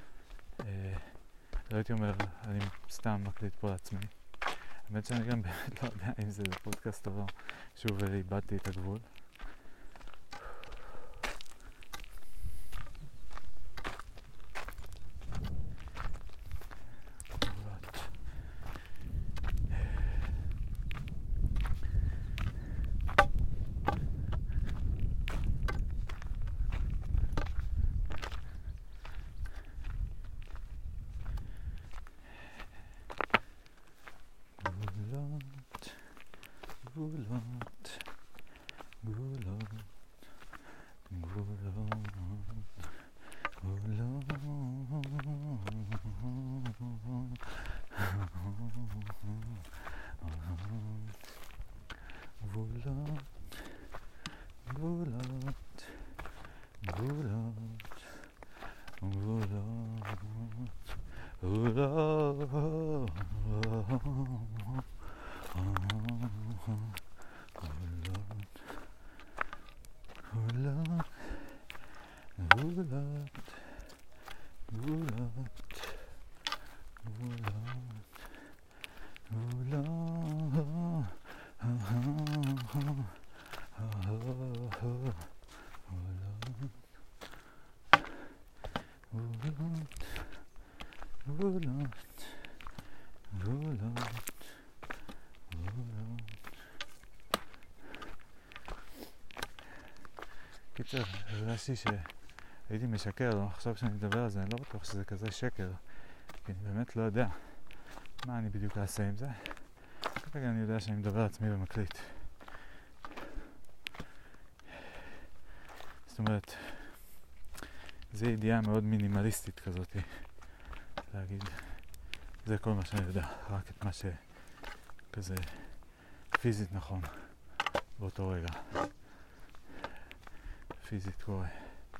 לא הייתי אומר, אני סתם מקליט פה לעצמי. האמת שאני גם באמת לא יודע אם זה פודקאסט או לא. שוב איבדתי את הגבול. קיצר, הרגשתי שהייתי משקר, עכשיו כשאני מדבר על זה, אני לא בטוח שזה כזה שקר, כי אני באמת לא יודע מה אני בדיוק אעשה עם זה. כרגע אני יודע שאני מדבר על עצמי ומקליט. זאת אומרת, זו ידיעה מאוד מינימליסטית כזאת, להגיד, זה כל מה שאני יודע, רק את מה שכזה פיזית נכון באותו רגע. פיזית קורה.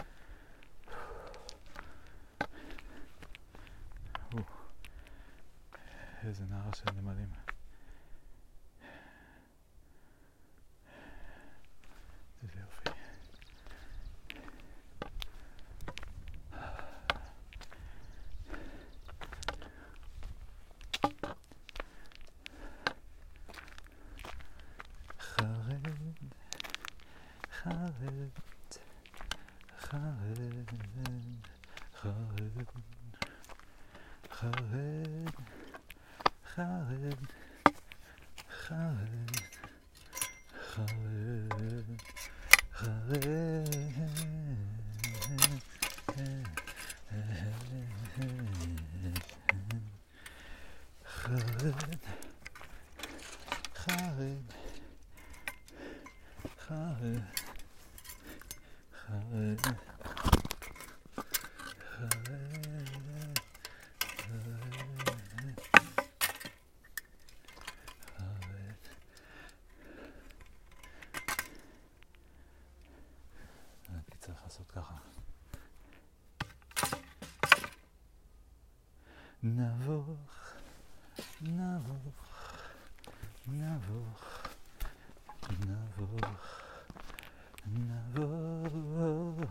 איזה נהר של נמלים. איזה יופי. צריך לעשות ככה. נבוך נבוך, נבוך, נבוך, נבוך,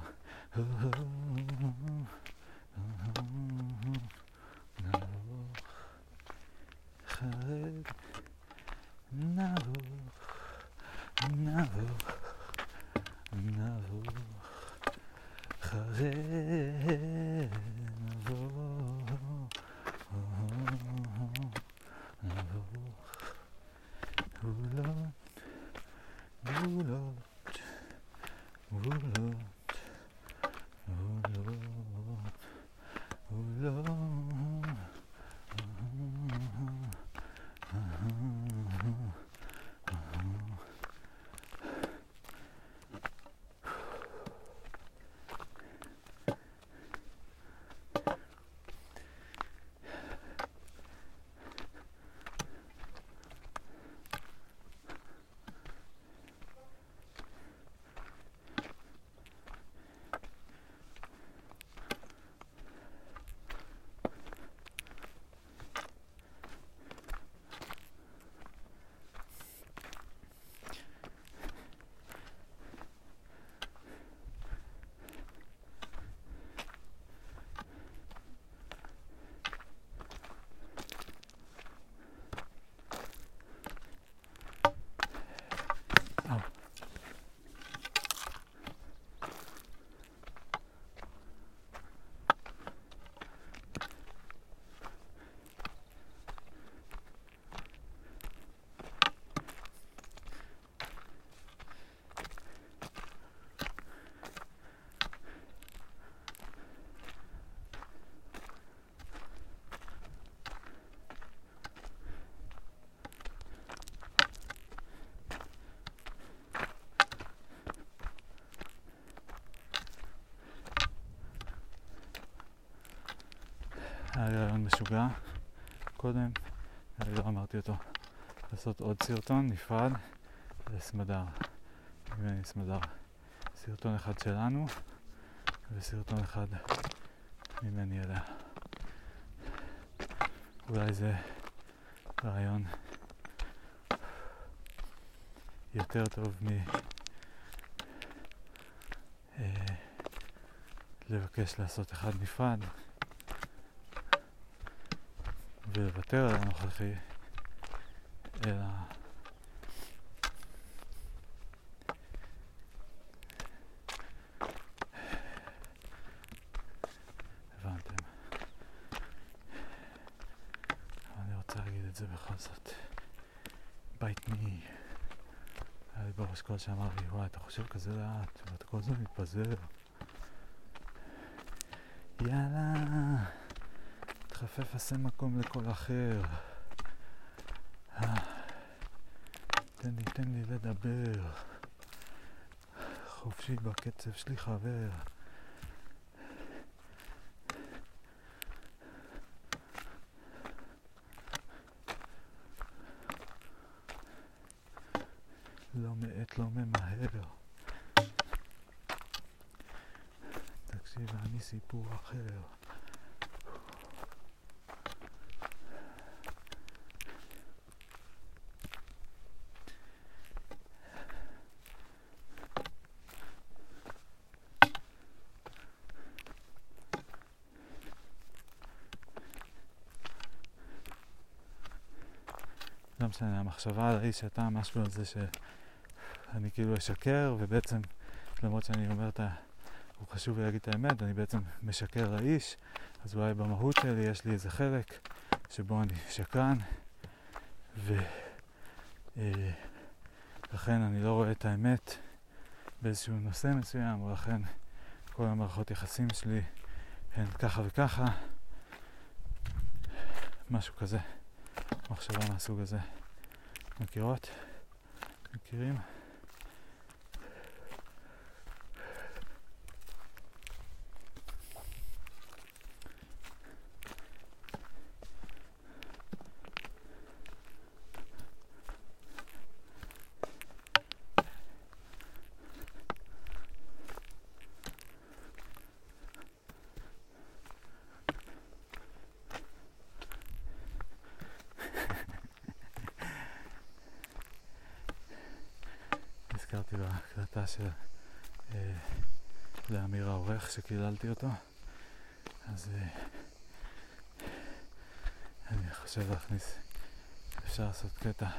נבוך, חרד, נבוך, נבוך, נבוך, חרד, היה לי רעיון משוגע קודם, לא אמרתי אותו, לעשות עוד סרטון נפרד לסמדר, ממני סמדר, סרטון אחד שלנו וסרטון אחד ממני אליה. אולי זה רעיון יותר טוב לבקש לעשות אחד נפרד ולוותר על הנוכחי, אלא הבנתם. אני רוצה להגיד את זה בכל זאת. בית מי. היה לי בראש כל שאמר לי, וואי, אתה חושב כזה לאט, ואתה כל הזמן מתפזר. יאללה. תחפף, עשה מקום לכל אחר. תן לי לדבר. חופשי בקצב שלי חבר. לא מעט, לא ממהר. תקשיב, אני סיפור אחר. לא משנה, המחשבה על האיש הייתה משהו על זה שאני כאילו אשקר, ובעצם למרות שאני אומר הוא חשוב להגיד את האמת, אני בעצם משקר לאיש, אז אולי במהות שלי יש לי איזה חלק שבו אני שקרן, ולכן אני לא רואה את האמת באיזשהו נושא מסוים, ולכן כל המערכות יחסים שלי הן ככה וככה, משהו כזה, מחשבה מהסוג הזה. מכירות? מכירים? הקלטה של לאמיר העורך שקיללתי אותו, אז אני חושב להכניס, אפשר לעשות קטע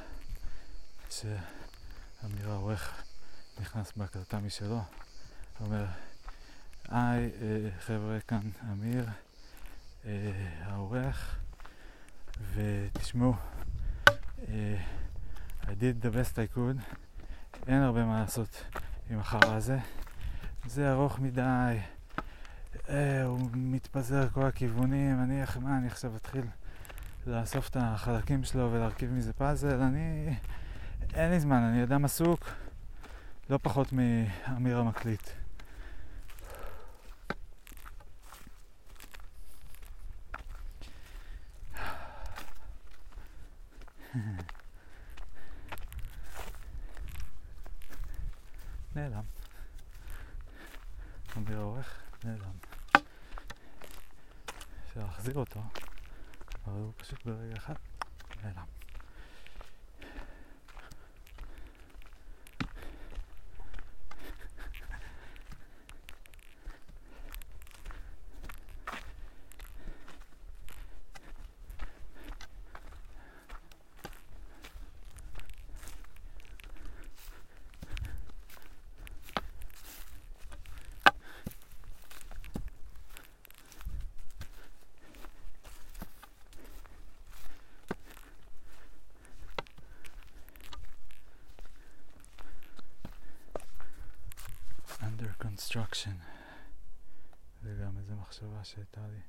שאמיר העורך נכנס בהקלטה משלו, אומר היי חבר'ה, כאן אמיר העורך, ותשמעו, I did the best I could, אין הרבה מה לעשות עם החרא הזה, זה ארוך מדי, הוא מתפזר כל הכיוונים, אני עכשיו אתחיל לאסוף את החלקים שלו ולהרכיב מזה פאזל, אין לי זמן, אני אדם עסוק, לא פחות מאמיר המקליט. נעלם. אמיר העורך נעלם. אפשר להחזיר אותו, אבל הוא פשוט ברגע אחד נעלם. construction. זה גם איזו מחשבה שהייתה לי.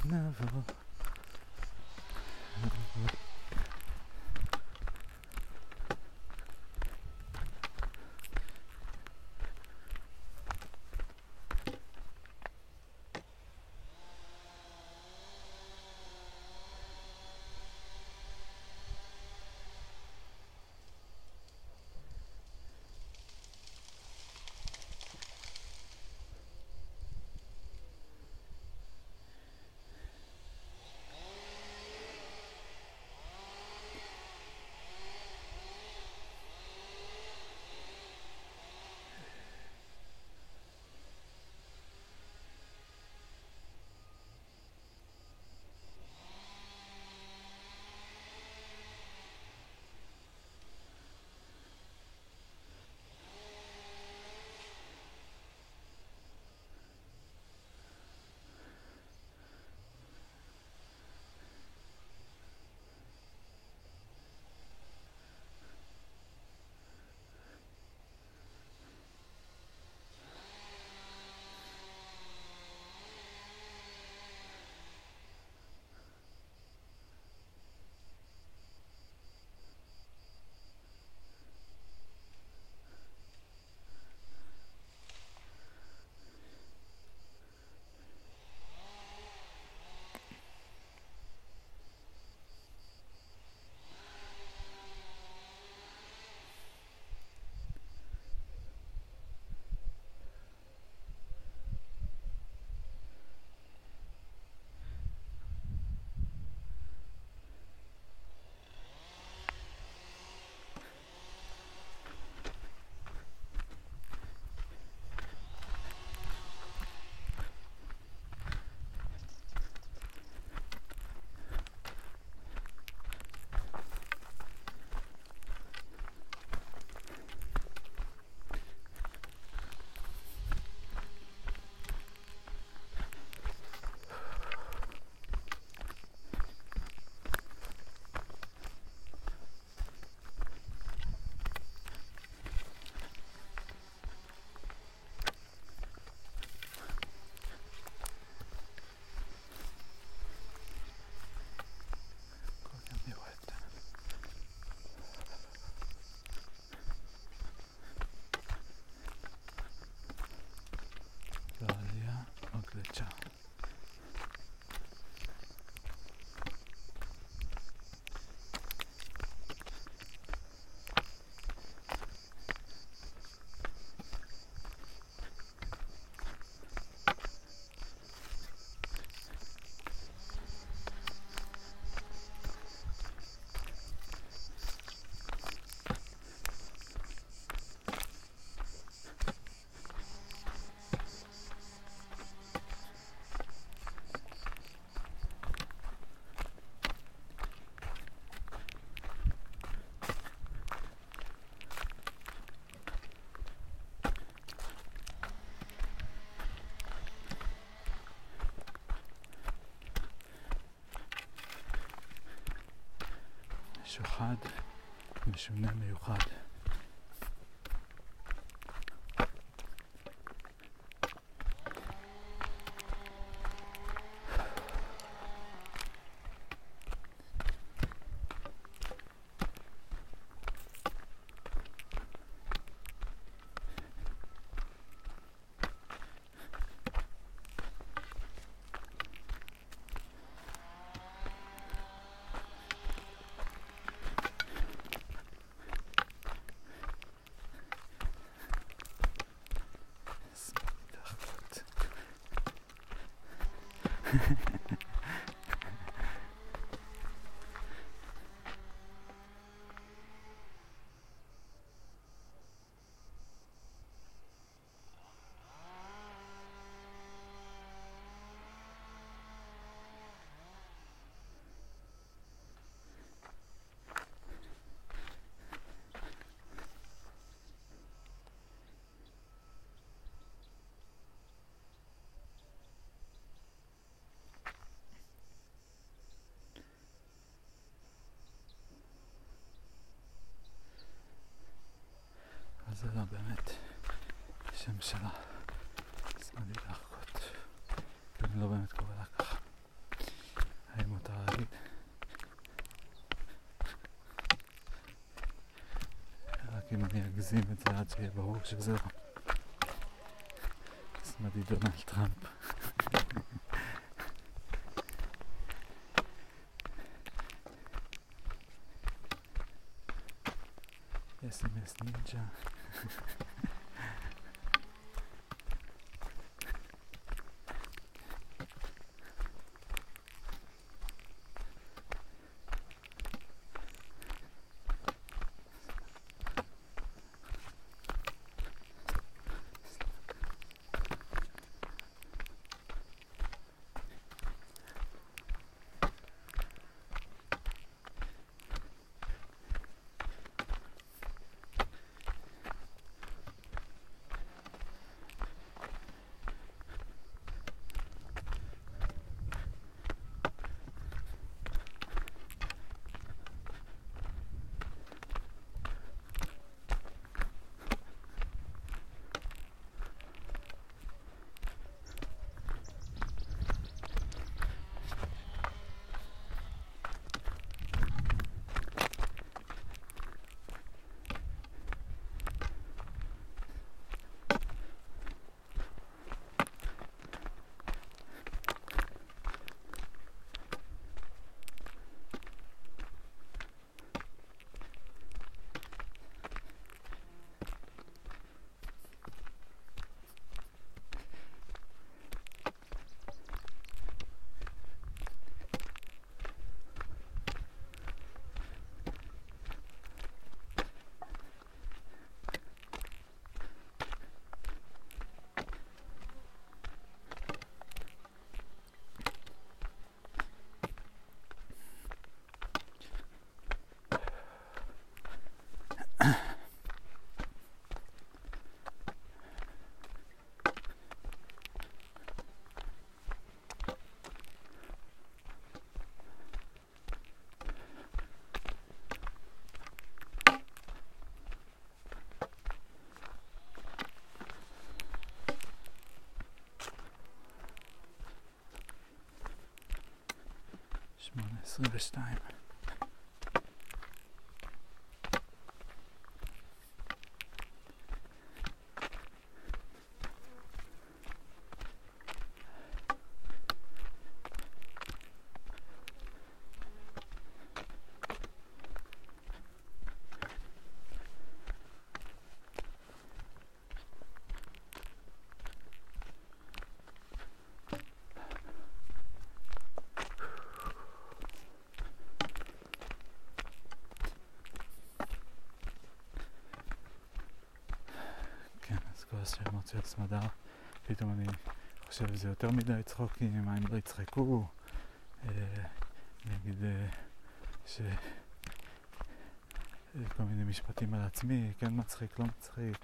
נעבור. Gletscher. שוחד, משונה מיוחד. זה לא באמת שם שלה, אז מה לי להחכות, זה לא באמת קורה לה ככה. אגזים את זה עד שיהיה ברור שזהו. סמדי דונלד טראמפ. SMS נינג'ה. שמונה 22. כועס שאמוציות סמדר, פתאום אני חושב שזה יותר מדי צחוקים, מה הם לא יצחקו, נגיד כל מיני משפטים על עצמי, כן מצחיק, לא מצחיק.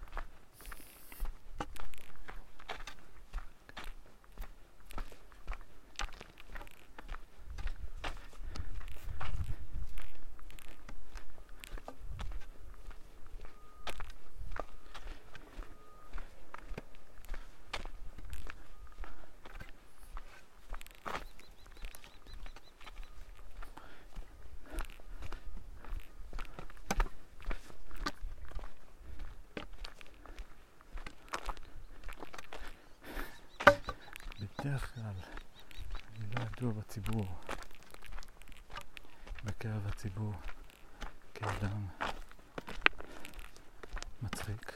בדרך כלל אני לא ידוע בציבור, בקרב הציבור, כאדם מצחיק.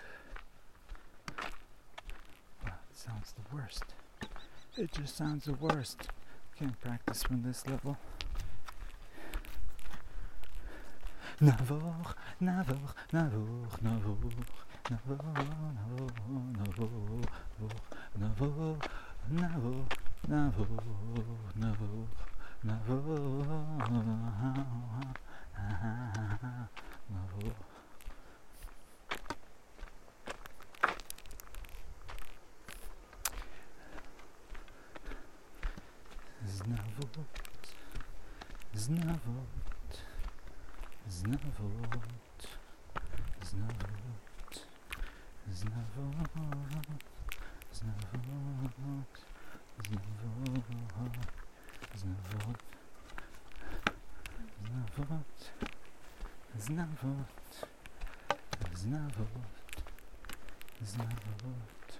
But it sounds the worst. It just sounds the worst. Can't practice from this level. נבוך, נבוך, נבוך, נבוך, נבוך, נבוך, נבוך, נבוך, נבוך, נבוך, נבוך, נבוך. זנבות, זנבות, זנבות, זנבות, זנבות, זנבות, זנבות, זנבות, זנבות, זנבות, זנבות.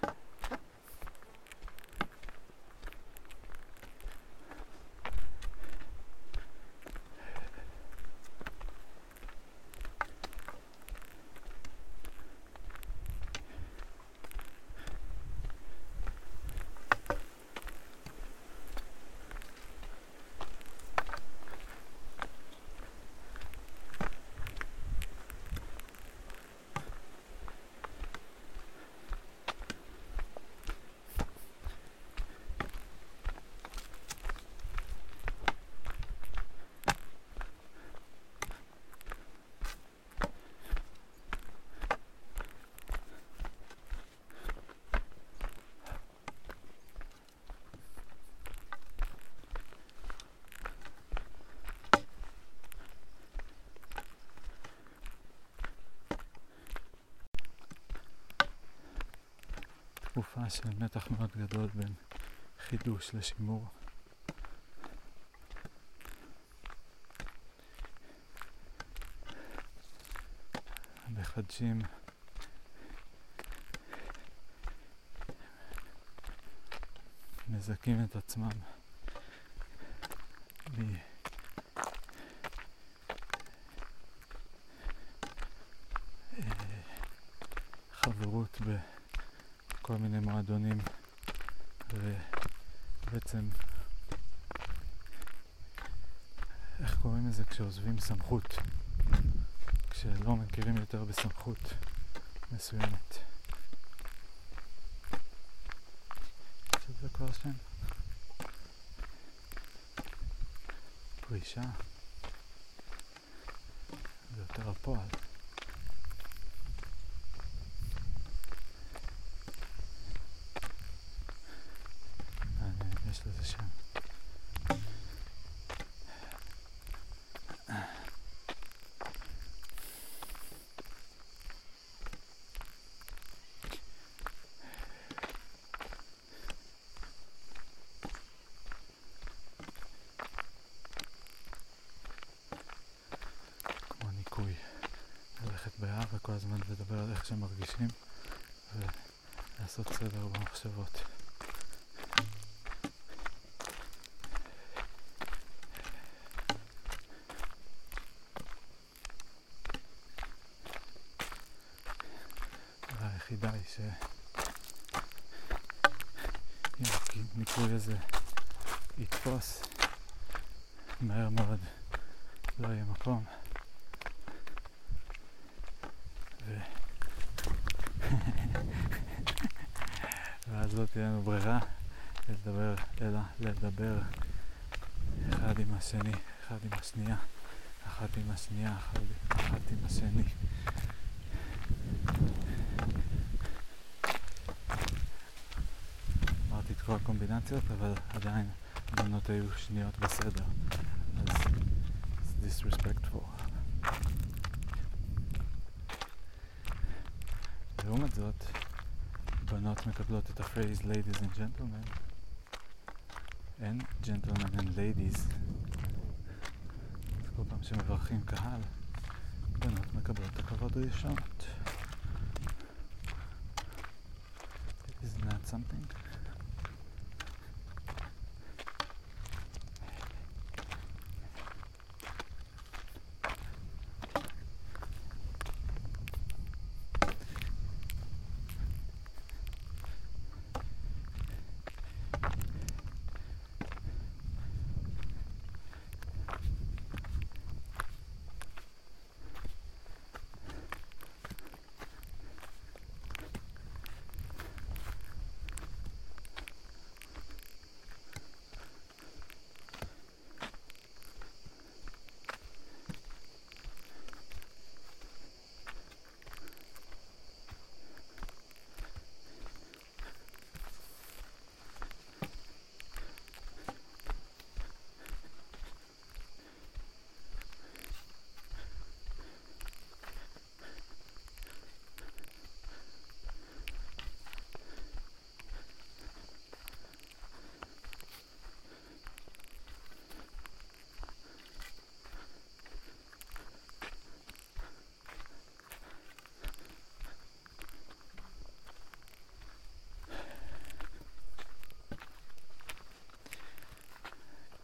תקופה של מתח מאוד גדול בין חידוש לשימור. המחדשים מזכים את עצמם מחברות בכל מיני מועדונים, ובעצם איך קוראים לזה כשעוזבים סמכות, כשלא מכירים יותר בסמכות מסוימת. שזה כבר שם פרישה, זה יותר הפועל. יש לזה שם. כמו ניקוי, ללכת ביער וכל הזמן לדבר על איך שמרגישים ולעשות סדר במחשבות. היחידה היא שאם הניקוי הזה יתפוס מהר מאוד לא יהיה מקום ואז לא תהיה לנו ברירה אלא לדבר אחד עם השני, אחד עם השנייה, אחת עם השנייה, אחת עם השני. אמרתי את כל הקומבינציות, אבל עדיין הבנות היו שניות בסדר, אז it's disrespectful. לעומת זאת, בנות מקבלות את הפרייז ladies and gentlemen, אין gentlemen and ladies. אז כל פעם שמברכים קהל, בנות מקבלות את הכבוד ראשונות. Isn't that something?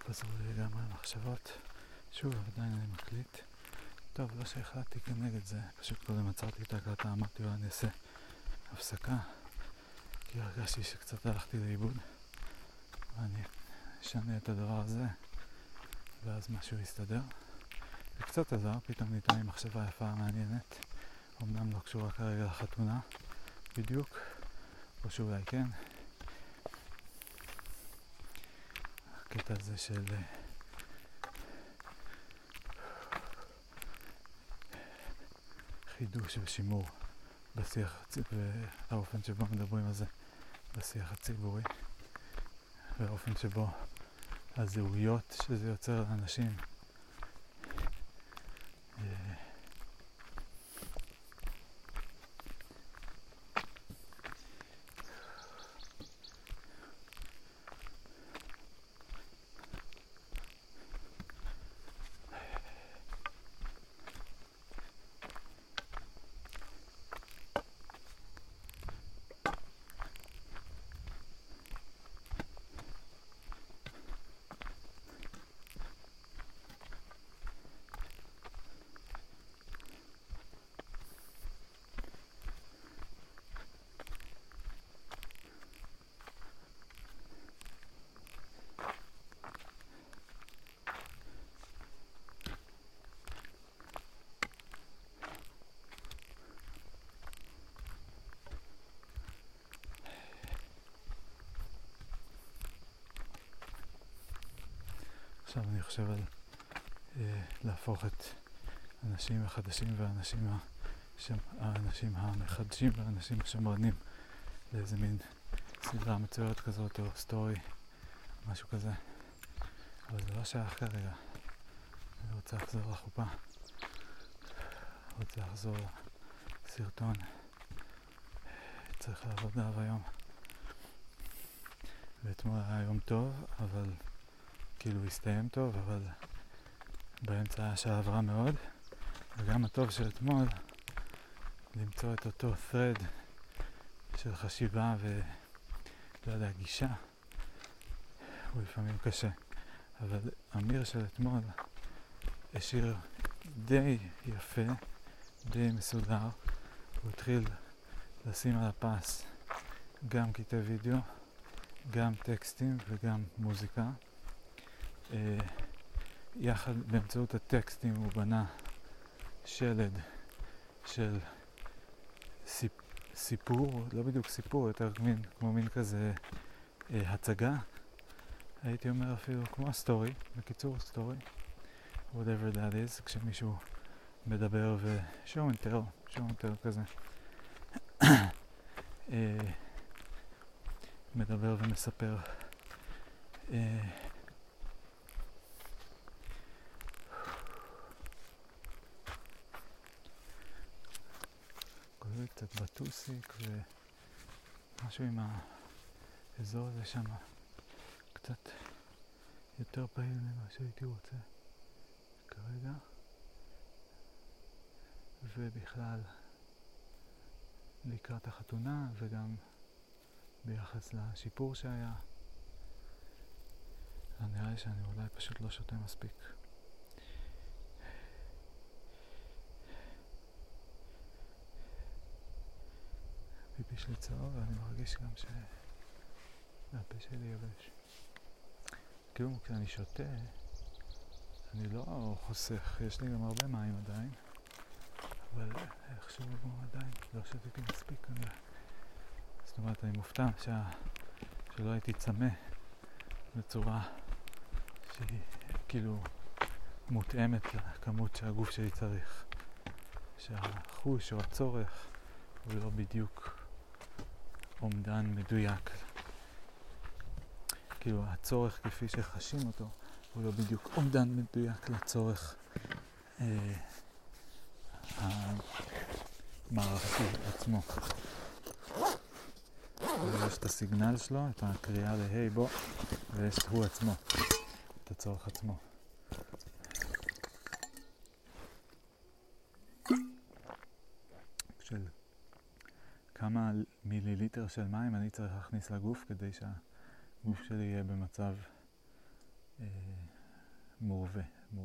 חזרו לי לגמרי המחשבות. שוב, עדיין אני מקליט. טוב, לא שהחלטתי כנגד זה, פשוט קודם עצרתי את ההקלטה, אמרתי לו אני אעשה הפסקה, כי הרגשתי שקצת הלכתי לאיבוד, ואני אשנה את הדבר הזה, ואז משהו יסתדר. וקצת עזר, פתאום ניתן לי מחשבה יפה מעניינת, אמנם לא קשורה כרגע לחתונה, בדיוק, או שאולי כן. הקטע הזה של חידוש ושימור בשיח והאופן שבו מדברים על זה בשיח הציבורי, והאופן שבו הזהויות שזה יוצר לאנשים עכשיו אני חושב על להפוך את האנשים החדשים והאנשים המחדשים והאנשים השמרנים לאיזה מין סדרה מצוירת כזאת או סטורי, משהו כזה. אבל זה לא שייך כרגע. אני רוצה לחזור לחופה. רוצה לחזור לסרטון. צריך לעבוד עליו היום. ואתמול היה יום טוב, אבל כאילו הסתיים טוב, אבל באמצע השעה עברה מאוד. וגם הטוב של אתמול, למצוא את אותו thread של חשיבה ולא יודע, גישה, הוא לפעמים קשה. אבל אמיר של אתמול השאיר די יפה, די מסודר. הוא התחיל לשים על הפס גם קטעי וידאו, גם טקסטים וגם מוזיקה. יחד באמצעות הטקסטים הוא בנה שלד של סיפור, לא בדיוק סיפור, יותר כמו מין כזה הצגה, הייתי אומר אפילו כמו סטורי, בקיצור סטורי, whatever that is, כשמישהו מדבר show and tell כזה, מדבר ומספר. כזה קצת בטוסיק ומשהו עם האזור הזה שם קצת יותר פעיל ממה שהייתי רוצה כרגע, ובכלל לקראת החתונה וגם ביחס לשיפור שהיה. נראה לי שאני אולי פשוט לא שותה מספיק. פיפי שלי צהוב ואני מרגיש גם שהפה שלי יבש. כאילו כשאני שותה אני לא חוסך, יש לי גם הרבה מים עדיין, אבל איכשהו עדיין לא שתיתי מספיק כנראה. זאת אומרת, אני מופתע שלא הייתי צמא בצורה שהיא כאילו מותאמת לכמות שהגוף שלי צריך, שהחוש או הצורך הוא לא בדיוק אומדן מדויק, כאילו הצורך כפי שחשים אותו הוא לא בדיוק אומדן מדויק לצורך המערכתי עצמו. יש את הסיגנל שלו, את הקריאה להי בו, ויש את הוא עצמו, את הצורך עצמו. של כמה מיליליטר של מים אני צריך להכניס לגוף כדי שהגוף שלי יהיה במצב מורווה.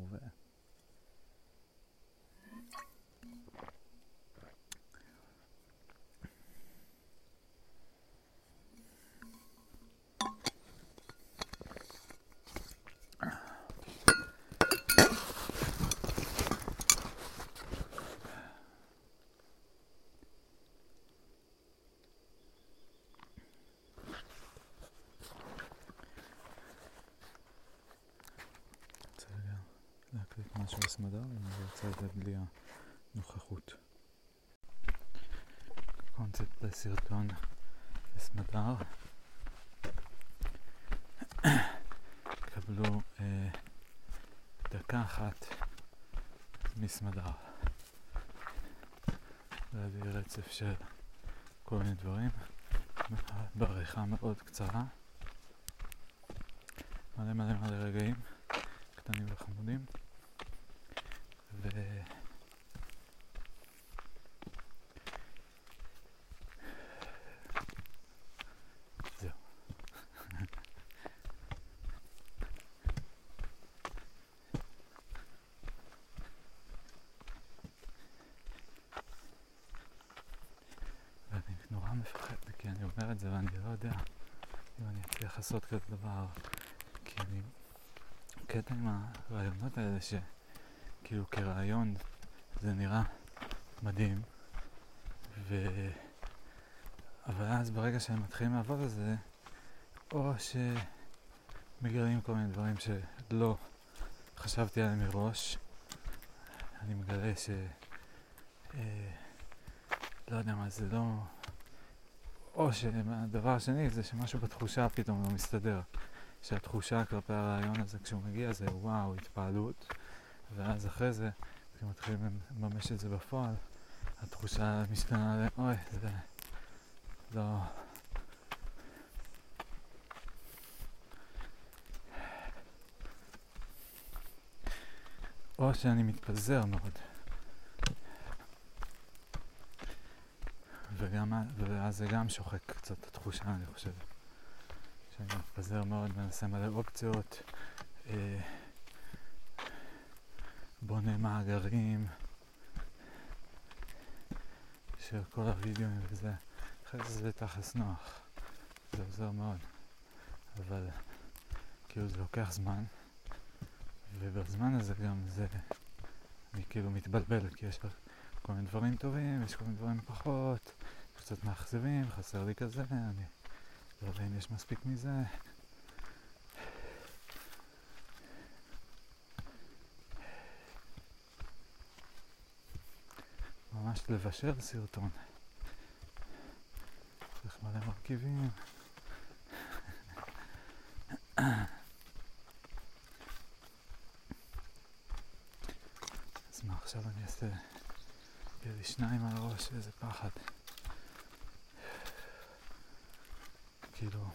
להקליט משהו בסמדר, אני רוצה את זה בלי הנוכחות. קונספט לסרטון בסמדר. קבלו דקה אחת מסמדר. להביא רצף של כל מיני דברים בעריכה מאוד קצרה. מלא רגעים קטנים וחמודים. זהו. ואני נורא מפחד, כי אני אומר את זה ואני לא יודע אם אני אצליח לעשות כזה דבר, כי אני קטע עם הרעיונות האלה שכאילו כרעיון זה נראה מדהים, אבל אז ברגע שהם מתחילים לעבוד על זה, או שמגלים כל מיני דברים שלא חשבתי עליהם מראש, אני מגלה לא יודע מה זה, לא, או שהדבר השני זה שמשהו בתחושה פתאום לא מסתדר, שהתחושה כלפי הרעיון הזה כשהוא מגיע זה וואו, התפעלות, ואז אחרי זה כשמתחילים לממש את זה בפועל, התחושה משתנה עליהם, אוי, זה לא... או שאני מתפזר מאוד. ואז זה גם שוחק קצת את התחושה, אני חושב. שאני מתפזר מאוד, מנסה מלא אופציות, בונה מאגרים של כל הוידאוים וזה. אחרי זה תכלס נוח, זה עוזר מאוד, אבל כאילו זה לוקח זמן, ובזמן הזה גם אני כאילו מתבלבל, כי יש כל מיני דברים טובים, יש כל מיני דברים פחות, קצת מאכזבים, חסר לי כזה, אני לא יודע אם יש מספיק מזה. ממש לבשל סרטון. צריך מלא מרכיבים. אז מה, עכשיו אני אעשה לי שניים על הראש, איזה פחד. כאילו,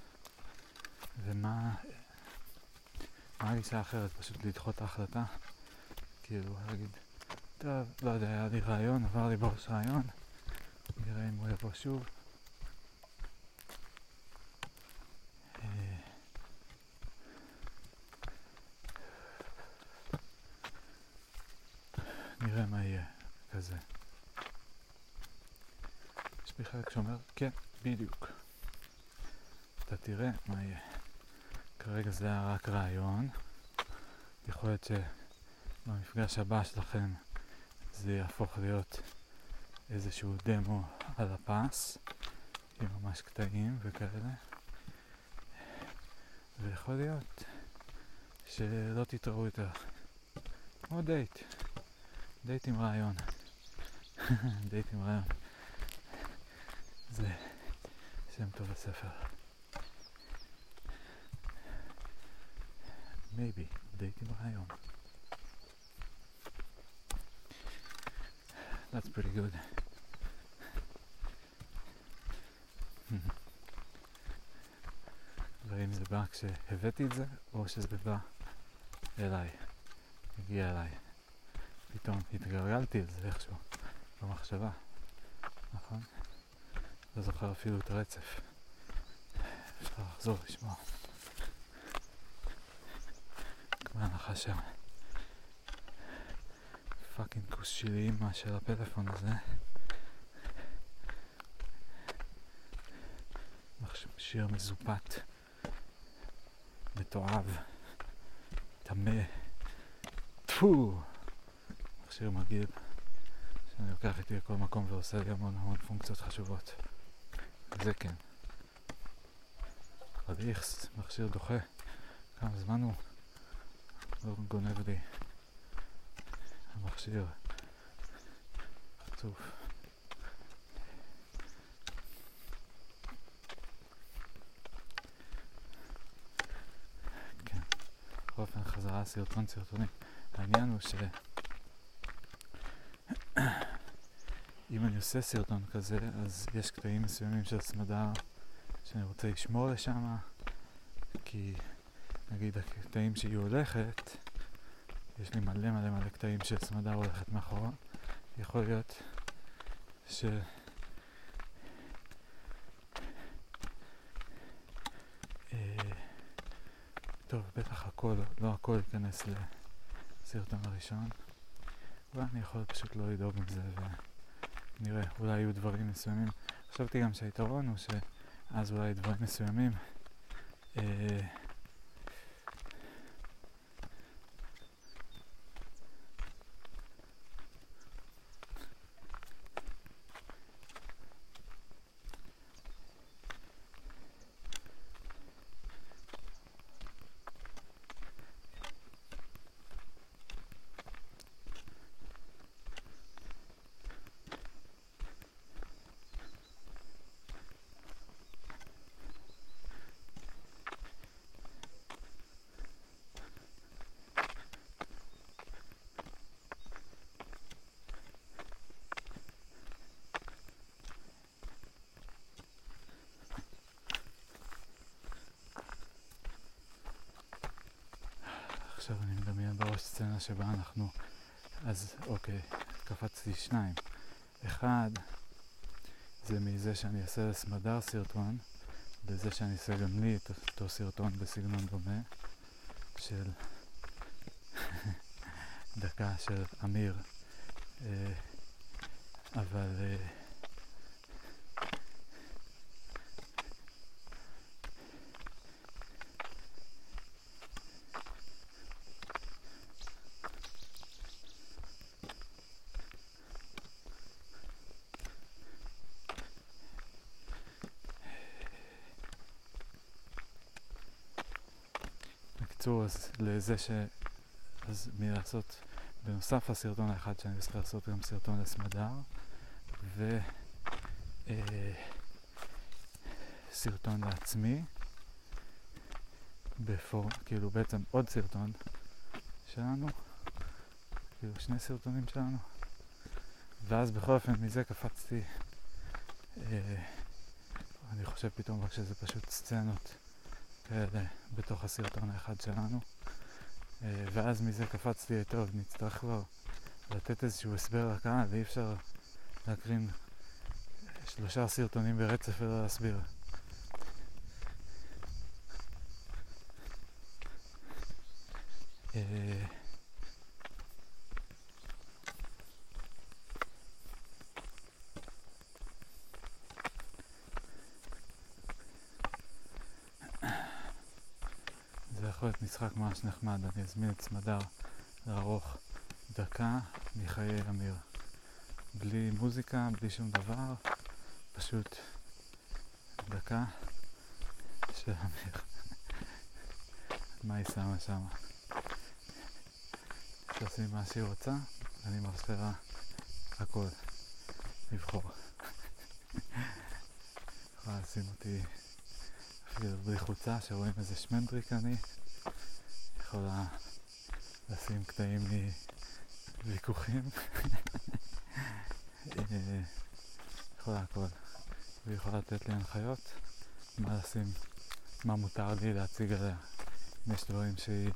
ומה הגישה אחרת? פשוט לדחות את ההחלטה? כאילו, להגיד, טוב, לא יודע, היה לי רעיון, עבר לי בראש רעיון, נראה אם הוא יבוא שוב. נראה מה יהיה, כזה. יש לי חלק שאומר, כן, בדיוק. אתה תראה מה יהיה. כרגע זה היה רק רעיון. יכול להיות שבמפגש הבא שלכם זה יהפוך להיות איזשהו דמו על הפס, עם ממש קטעים וכאלה. ויכול להיות שלא תתראו יותר. כמו דייט עם רעיון. דייט עם רעיון. זה שם טוב הספר. maybe, דייט עם רעיון. That's pretty good. ואם זה בא כשהבאתי את זה, או שזה בא אליי, הגיע אליי. פתאום התגלגלתי על זה איכשהו, במחשבה, נכון? לא זוכר אפילו את הרצף. אפשר לחזור לשמוע. כמו ההנחה מאשר פאקינג כוס של אימא של הפלאפון הזה. מכשיר מזופת, מתועב, טמא, טפו, מכשיר מגעיל שאני לוקח איתי לכל מקום ועושה לי המון פונקציות חשובות. זה כן. חליכס, מכשיר דוחה. כמה זמן הוא לא גונב לי המכשיר. חצוף. כן. בכל אופן חזרה סרטונים. העניין הוא אם אני עושה סרטון כזה, אז יש קטעים מסוימים של סמדר שאני רוצה לשמור לשם, כי נגיד הקטעים שהיא הולכת, יש לי מלא קטעים של סמדר הולכת מאחורה. יכול להיות טוב, בטח לא הכל ייכנס לסרטון הראשון. אולי אני יכול פשוט לא לדאוג עם זה ונראה, אולי יהיו דברים מסוימים. חשבתי גם שהיתרון הוא שאז אולי דברים מסוימים עכשיו אני מדמיין בראש סצנה שבה אנחנו, אז אוקיי, קפצתי שניים. אחד, זה מזה שאני אעשה לסמדר סרטון, לזה שאני אעשה גם לי את אותו סרטון בסגנון דומה, של דקה של אמיר, אבל בקיצור, אז לזה אז מלעשות בנוסף לסרטון האחד שאני צריך לעשות גם סרטון לסמדר וסרטון לעצמי כאילו בעצם עוד סרטון שלנו, כאילו שני סרטונים שלנו, ואז בכל אופן מזה קפצתי אני חושב פתאום רק שזה פשוט סצנות כאלה בתוך הסרטון האחד שלנו, ואז מזה קפצתי טוב, נצטרך כבר לתת איזשהו הסבר לקהל, ואי אפשר להקרין 3 סרטונים ברצף ולא להסביר. זה יכול להיות משחק ממש נחמד. אני אזמין את סמדר לערוך דקה מחיי אמיר, בלי מוזיקה, בלי שום דבר, פשוט דקה של אמיר. מה היא שמה שמה? שעושים מה שהיא רוצה, אני מרשה לה הכל לבחור. יכולה לשים אותי אפילו בלי חוצה שרואים איזה שמנדריק אני, יכולה לשים קטעים מוויכוחים, יכולה הכל, והיא יכולה לתת לי הנחיות מה לשים, מה מותר לי להציג עליה. אם יש דברים שהיא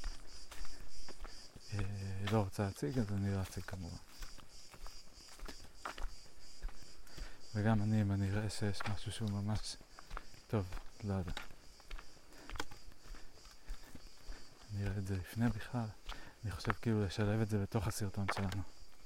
לא רוצה להציג, אז אני לא אציג כמובן. וגם אם אני אראה שיש משהו שהוא ממש טוב, לא יודע, אני אראה את זה לפני בכלל. אני חושב כאילו לשלב את זה בתוך הסרטון שלנו.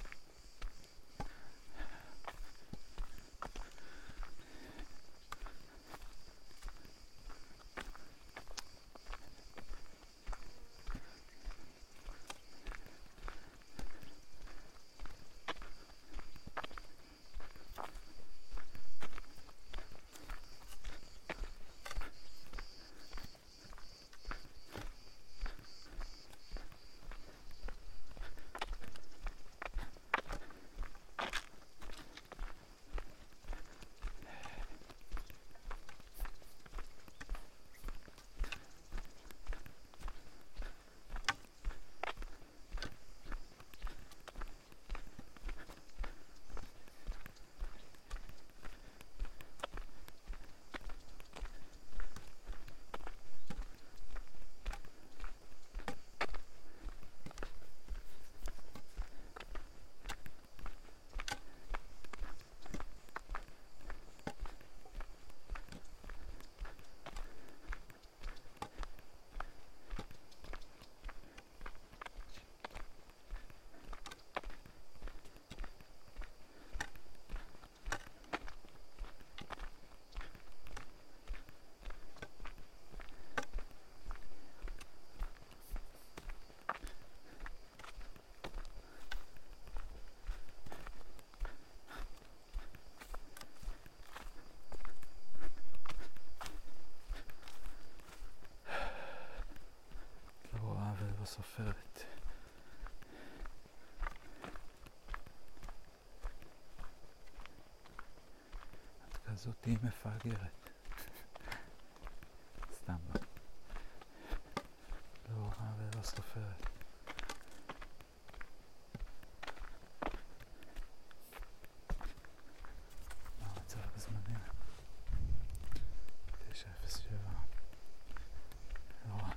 סופרת. את כזאת היא מפגרת. סתם לא רואה ולא סופרת. מה המצב בזמנים? 9:07 לא רואה.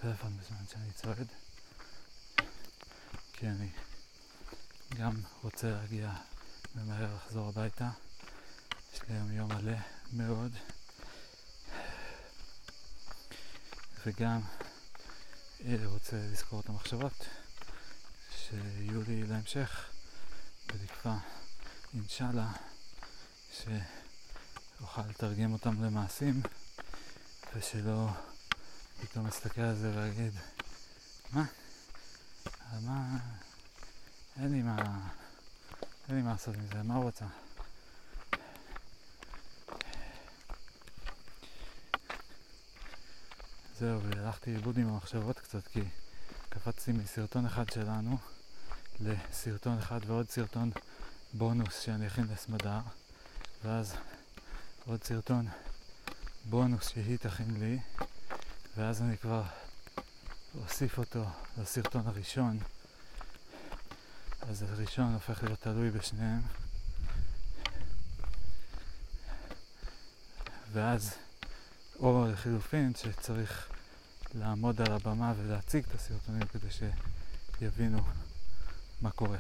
פלאפון בזמן שאני צועד, כי אני גם רוצה להגיע ומהר לחזור הביתה. יש לי היום יום מלא מאוד, וגם רוצה לזכור את המחשבות שיהיו לי להמשך, בתקווה אינשאללה שאוכל לתרגם אותם למעשים, ושלא פתאום אסתכל על זה ואגיד מה? אין לי מה לעשות עם זה, מה הוא רוצה? זהו, והלכתי לאיבוד עם המחשבות קצת, כי קפצתי מסרטון אחד שלנו לסרטון אחד ועוד סרטון בונוס שאני אכין לסמדר, ואז עוד סרטון בונוס שהיא תכין לי, ואז אני כבר אוסיף אותו לסרטון הראשון, אז הראשון הופך להיות תלוי בשניהם, ואז או לחילופין שצריך לעמוד על הבמה ולהציג את הסרטונים כדי שיבינו מה קורה.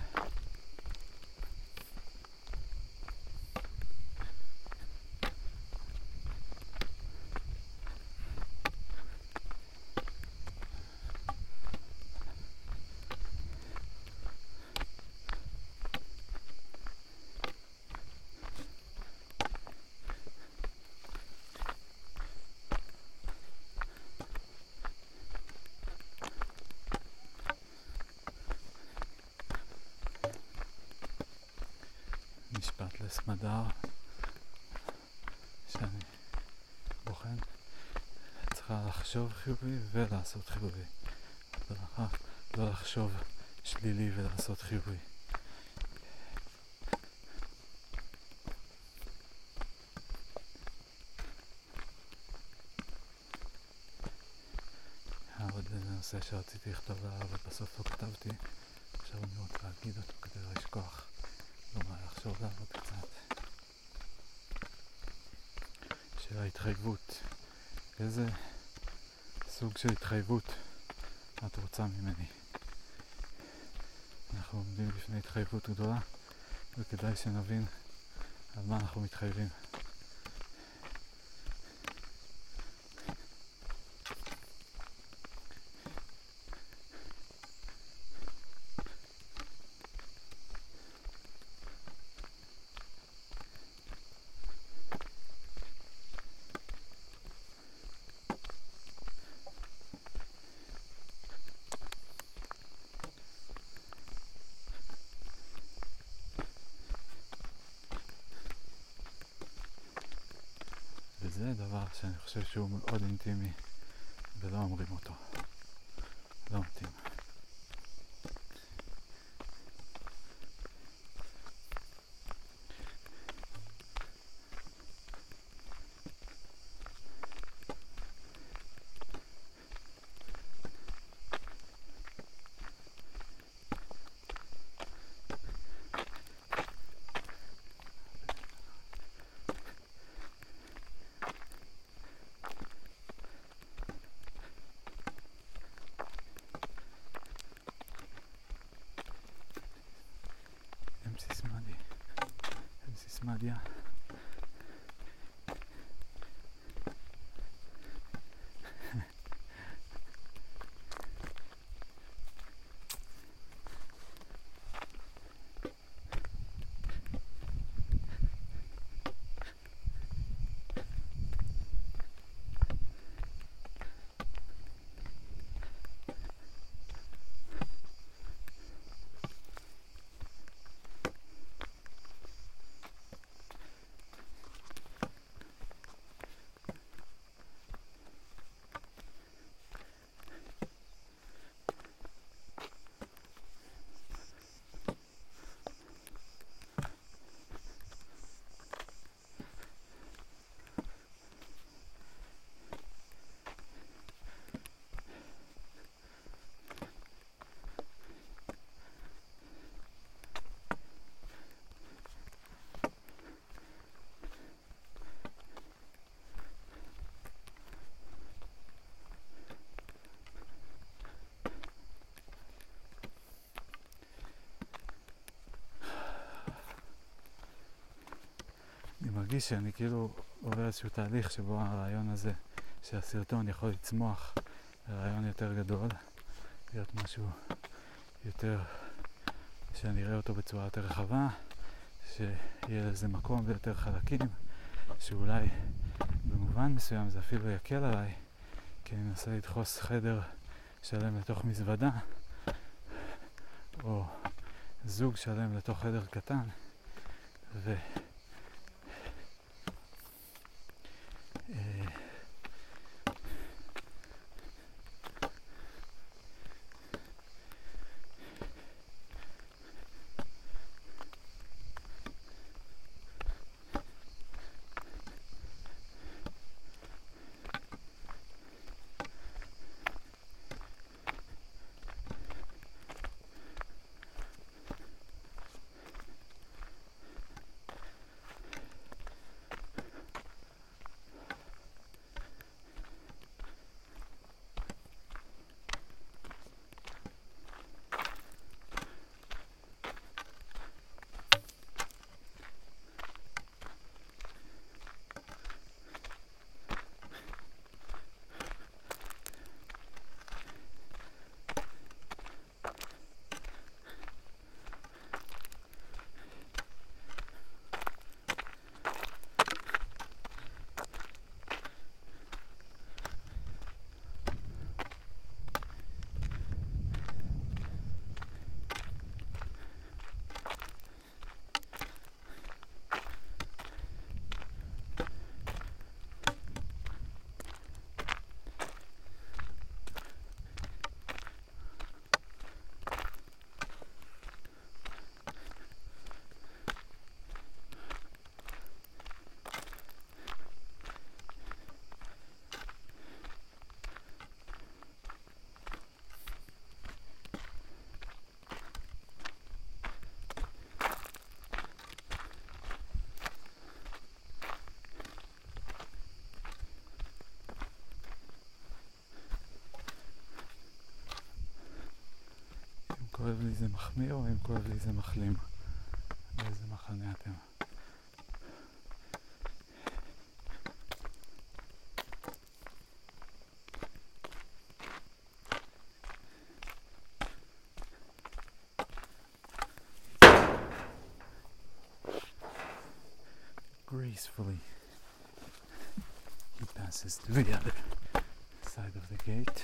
משפט לסמדר שאני בוחן, צריכה לחשוב חיובי ולעשות חיובי, לא לחשוב שלילי ולעשות חיובי. עוד איזה נושא שרציתי לכתוב עליו ובסוף לא כתבתי, עכשיו אני רוצה להגיד אותו כדי לא לשכוח. לחשוב לעבוד קצת של ההתחייבות. איזה סוג של התחייבות את רוצה ממני? אנחנו עומדים בפני התחייבות גדולה, וכדאי שנבין על מה אנחנו מתחייבים. וזה דבר שאני חושב שהוא מאוד אינטימי ולא אומרים אותו. לא מתאים. מדיה. מרגיש שאני כאילו עובר איזשהו תהליך שבו הרעיון הזה שהסרטון יכול לצמוח לרעיון יותר גדול, להיות משהו יותר, שאני אראה אותו בצורה יותר רחבה, שיהיה לזה מקום ויותר חלקים, שאולי במובן מסוים זה אפילו יקל עליי, כי אני מנסה לדחוס חדר שלם לתוך מזוודה, או זוג שלם לתוך חדר קטן, כואב לי זה מחמיר או אם כואב לי זה מחלים? באיזה מחנה אתם? Gracefully he passes to the other side of the gate.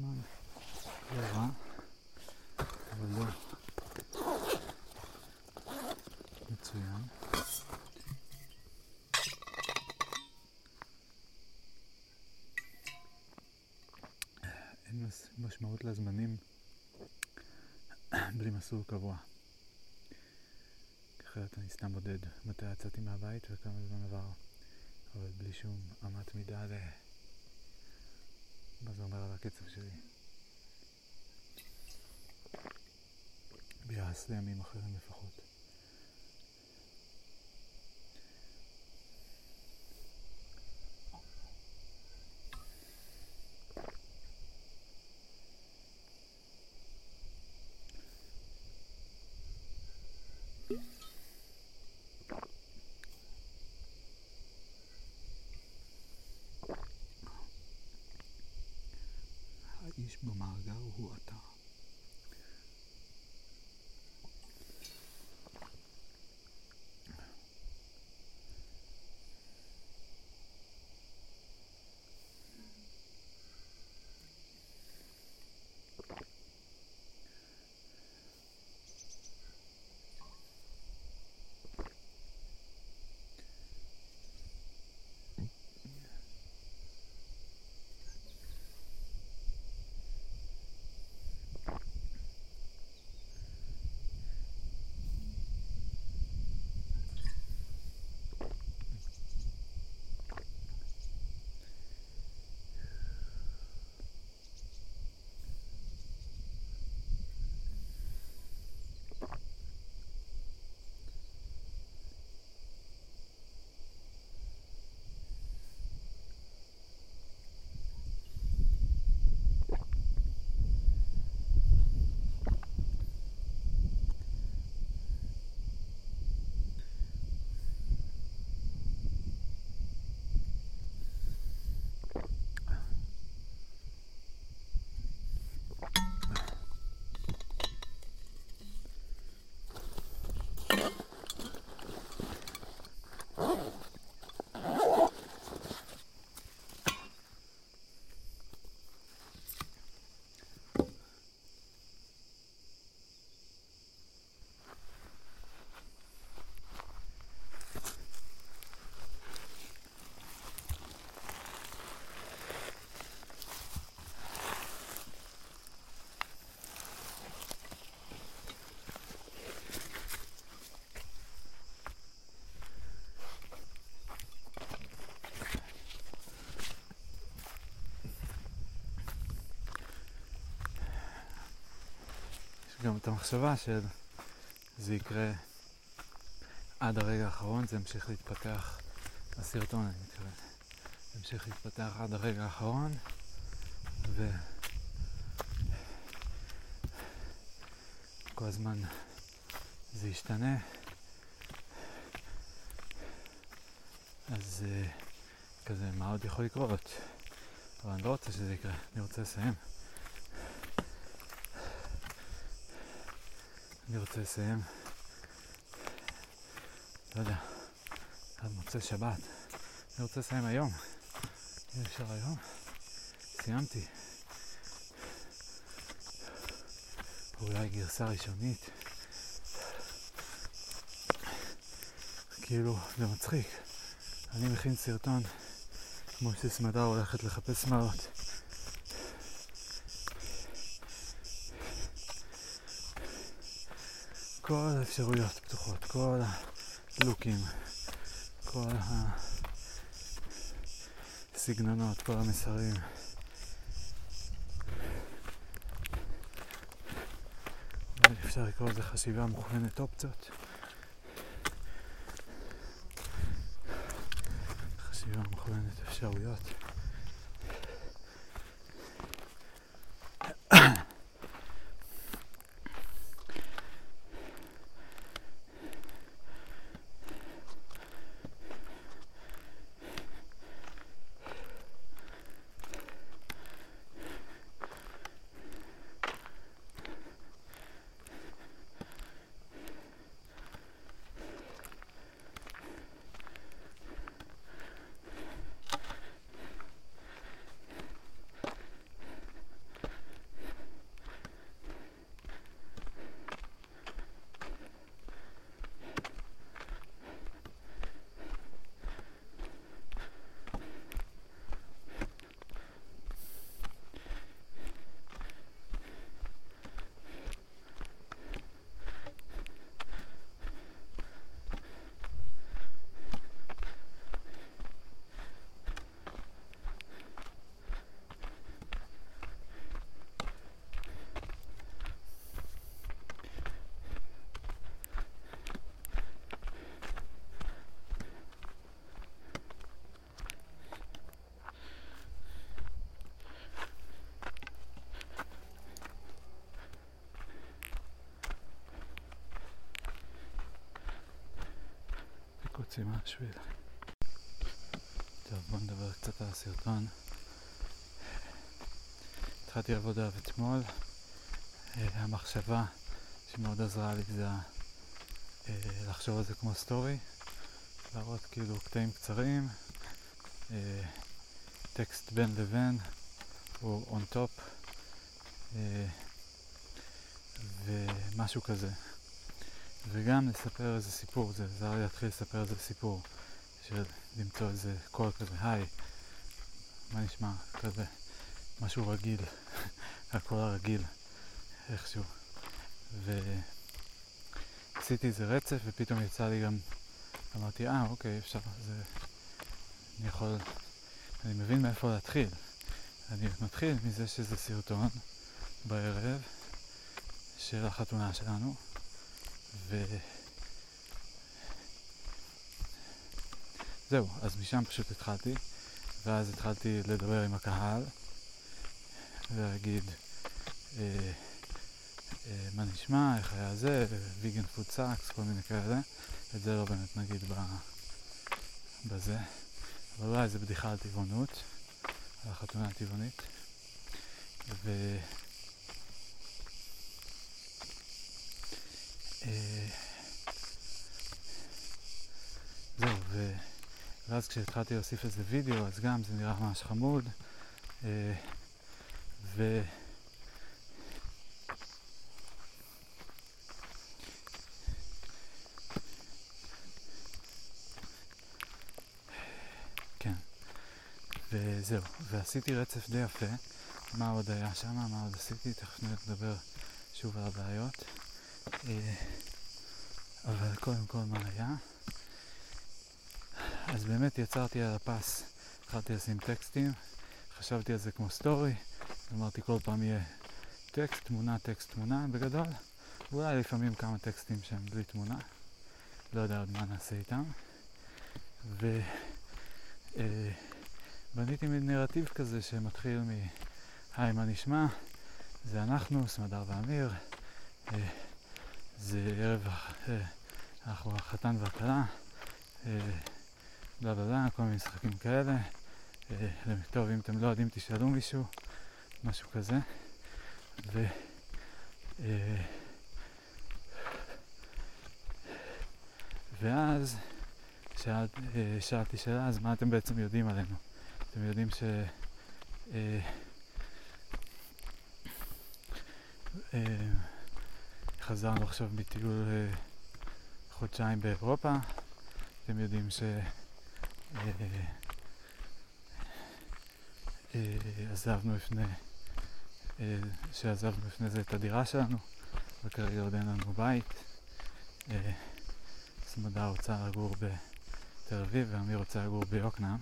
הזמן לא רע, אבל לא מצוין. אין משמעות לזמנים בלי מסלול קבוע. אחרת אני סתם בודד מתי יצאתי מהבית וכמה זמן עבר, אבל בלי שום אמת מידה מה זה אומר על הקצב שלי ביחס לימים אחרים לפחות. האיש במאגר הוא אתה. גם את המחשבה שזה יקרה עד הרגע האחרון, זה ימשיך להתפתח, הסרטון אני מתכוון, זה ימשיך להתפתח עד הרגע האחרון, וכל הזמן זה ישתנה, אז כזה מה עוד יכול לקרות, אבל אני לא רוצה שזה יקרה, אני רוצה לסיים. אני רוצה לסיים, לא יודע, עד מוצאי שבת. אני רוצה לסיים היום. אי אפשר היום. סיימתי. אולי גרסה ראשונית. כאילו, זה מצחיק. אני מכין סרטון כמו שסמדר הולכת לחפש מעלות. כל האפשרויות פתוחות, כל הלוקים, כל הסגנונות, כל המסרים. אפשר לקרוא לזה חשיבה מוכוונת אופציות. חשיבה מוכוונת אפשרויות. להוציא מהשביל. טוב, בואו נדבר קצת על הסרטון. התחלתי לעבוד עליו אתמול. המחשבה שמאוד עזרה לי זה לחשוב על זה כמו סטורי, להראות כאילו קטעים קצרים, טקסט בין לבין או on top ומשהו כזה, וגם לספר איזה סיפור. זה עזר לי להתחיל לספר איזה סיפור, של למצוא איזה קול כזה, היי, מה נשמע, כזה משהו רגיל, הקול הרגיל איכשהו. ועשיתי איזה רצף, ופתאום יצא לי גם, אמרתי אוקיי, אפשר, אני מבין מאיפה להתחיל. אני מתחיל מזה שזה סרטון בערב של החתונה שלנו, זהו, אז משם פשוט התחלתי, ואז התחלתי לדבר עם הקהל ולהגיד מה נשמע, איך היה זה, ויגן פוד סאקס, כל מיני כאלה. את זה לא באמת נגיד בזה, אבל אולי זה בדיחה על טבעונות, על החתונה הטבעונית. זהו, ואז כשהתחלתי להוסיף איזה וידאו, אז גם זה נראה ממש חמוד, כן, וזהו, ועשיתי רצף די יפה. מה עוד היה שם, מה עוד עשיתי, תכף נדבר שוב על הבעיות, אבל קודם כל מה היה. אז באמת יצרתי על הפס, התחלתי לשים טקסטים, חשבתי על זה כמו סטורי, אמרתי כל פעם יהיה טקסט, תמונה, טקסט, תמונה בגדול, ואולי לפעמים כמה טקסטים שהם בלי תמונה, לא יודע עוד מה נעשה איתם. ובניתי מין נרטיב כזה שמתחיל היי, מה נשמע? זה אנחנו, סמדר ואמיר, זה ערב אנחנו החתן והכלה, בלה בלה בלה, כל מיני משחקים כאלה. טוב, אם אתם לא יודעים תשאלו מישהו, משהו כזה. ואז שאלתי שאלה, אז מה אתם בעצם יודעים עלינו? אתם יודעים חזרנו עכשיו מטיול חודשיים באירופה. אתם יודעים שעזבנו לפני זה את הדירה שלנו, וכרגע עוד אין לנו בית. סמדר רוצה לגור בתל אביב ואמיר רוצה לגור ביוקנעם,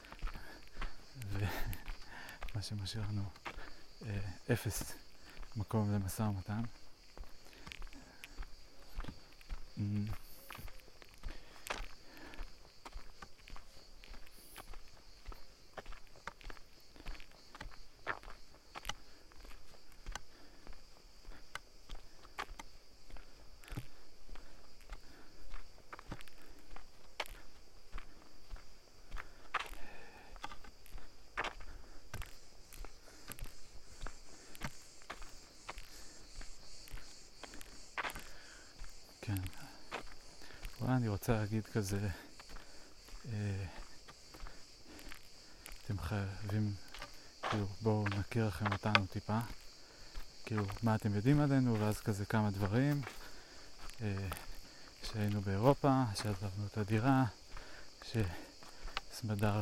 ומה שמשאיר לנו אפס מקום למשא ומתן. כן, אולי אני רוצה להגיד כזה, אתם חייבים, כאילו בואו נכיר לכם אותנו טיפה, כאילו מה אתם יודעים עלינו, ואז כזה כמה דברים, שהיינו באירופה, שעזבנו את הדירה, שסמדר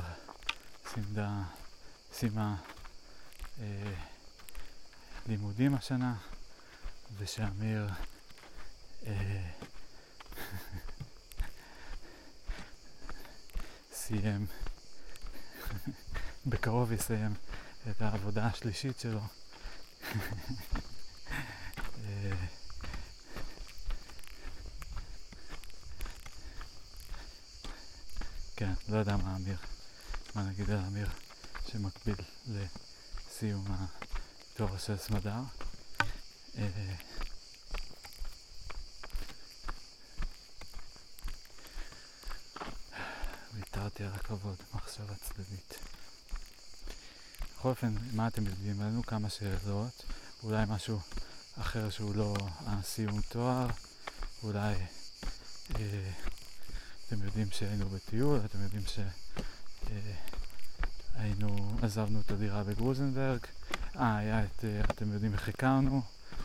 סיימה לימודים השנה, ושאמיר סיים, בקרוב יסיים את העבודה השלישית שלו. כן, לא יודע מה נגיד על אמיר שמקביל לסיום התואר של סמדר. יותר הכבוד, מחשבה צדדית. בכל אופן, מה אתם יודעים עלינו? כמה שאלות, אולי משהו אחר שהוא לא הסיום תואר, אולי אתם יודעים שהיינו בטיול, אתם יודעים עזבנו את הדירה בגרוזנברג, אתם יודעים איך הכרנו,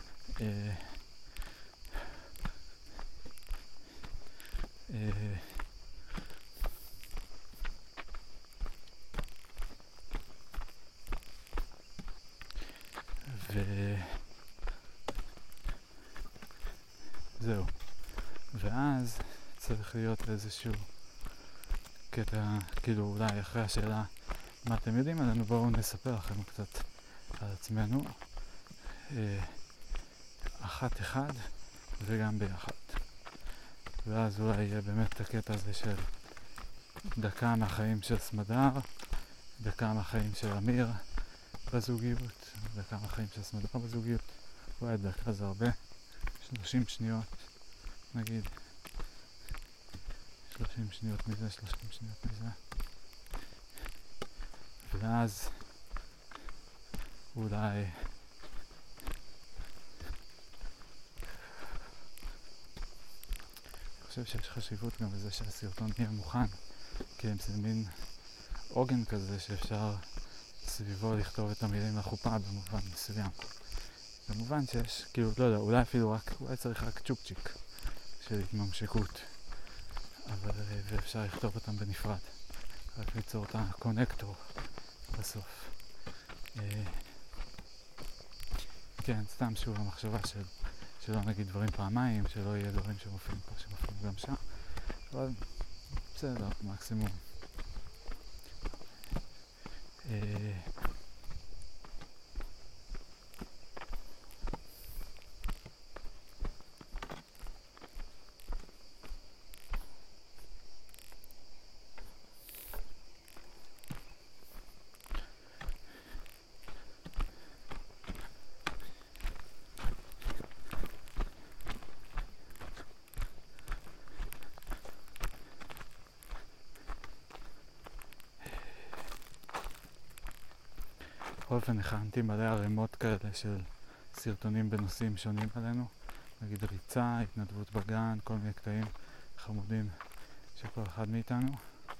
וזהו. ואז צריך להיות איזשהו קטע, כאילו אולי אחרי השאלה מה אתם יודעים עלינו, בואו נספר לכם קצת על עצמנו, אחד וגם ביחד. ואז אולי יהיה באמת הקטע הזה של דקה מהחיים של סמדר, דקה מהחיים של אמיר בזוגיות, דקה מהחיים של סמדר בזוגיות. אולי דקה זה הרבה, 30 שניות נגיד, 30 שניות מזה, 30 שניות מזה. ואז אולי אני חושב שיש חשיבות גם בזה שהסרטון יהיה מוכן, כי זה מין עוגן כזה שאפשר סביבו לכתוב את המילים לחופה במובן מסוים. במובן שיש, כאילו, לא יודע, אולי אפילו אולי צריך רק צ'ופצ'יק של התממשקות, אבל ואפשר לכתוב אותם בנפרד, רק ליצור את הקונקטור בסוף. כן, סתם שוב המחשבה שלא נגיד דברים פעמיים, שלא יהיה דברים שמופיעים פה שמופיעים גם שם, אבל בסדר, מקסימום. בכל אופן הכנתי מלא ערימות כאלה של סרטונים בנושאים שונים עלינו, נגיד ריצה, התנדבות בגן, כל מיני קטעים חמודים של כל אחד מאיתנו,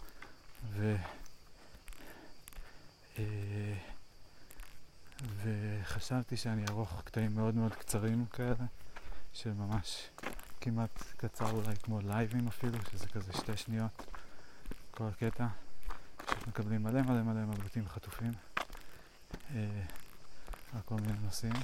וחשבתי שאני ארוך קטעים מאוד מאוד קצרים כאלה, של ממש כמעט קצר, אולי כמו לייבים אפילו, שזה כזה 2 שניות כל הקטע, שמקבלים מלא מבטים חטופים על כל מיני נושאים.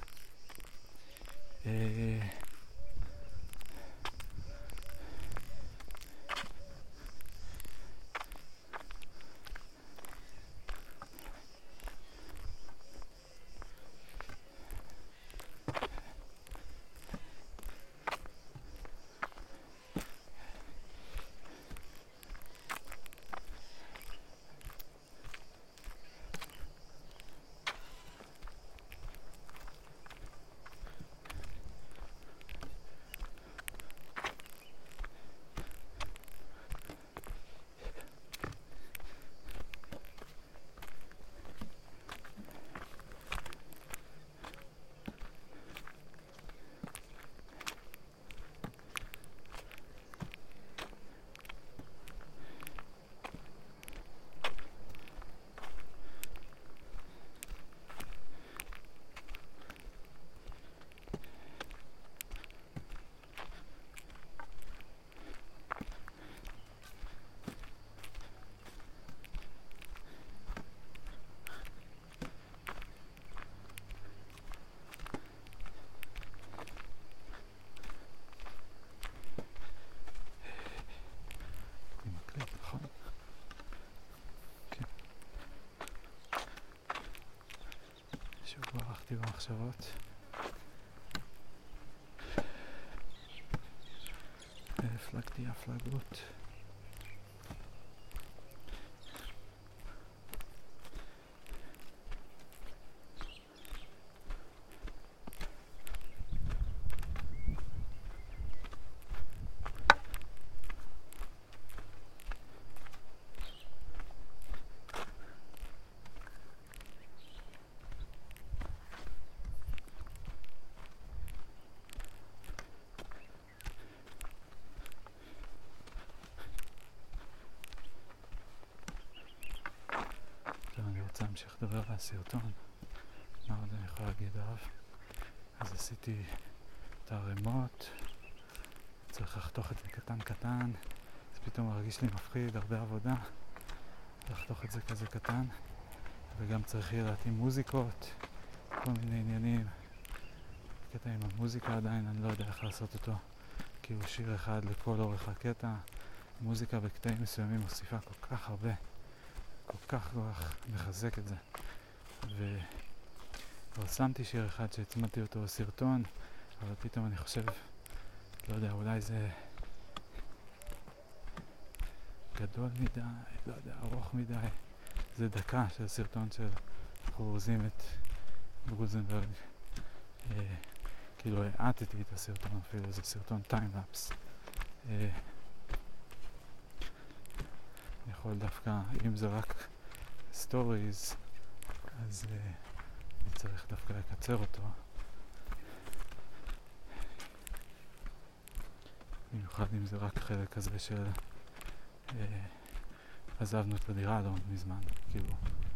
שוב ברחתי במחשבות. והפלגתי הפלגות. להמשיך לדבר על הסרטון. מה עוד אני יכול להגיד עליו? אז עשיתי את הרמות, צריך לחתוך את זה קטן קטן, אז פתאום מרגיש לי מפחיד, הרבה עבודה לחתוך את זה כזה קטן, וגם צריך יהיה להתאים מוזיקות, כל מיני עניינים. קטע עם המוזיקה עדיין אני לא יודע איך לעשות אותו, כי הוא שיר אחד לכל אורך הקטע. מוזיקה בקטעים מסוימים מוסיפה כל כך הרבה, כל כך מחזק את זה. כבר שמתי שיר אחד שהצמדתי אותו בסרטון, אבל פתאום אני חושב, לא יודע, אולי זה גדול מדי, לא יודע, ארוך מדי. זה דקה של סרטון של חורזים את גולדנברג. כאילו העטתי את הסרטון אפילו, זה סרטון טיימלאפס. אני יכול דווקא, אם זה רק סטוריז, אז אני צריך דווקא לקצר אותו. במיוחד אם זה רק חלק כזה של עזבנו את הדירה לא מזמן, כאילו.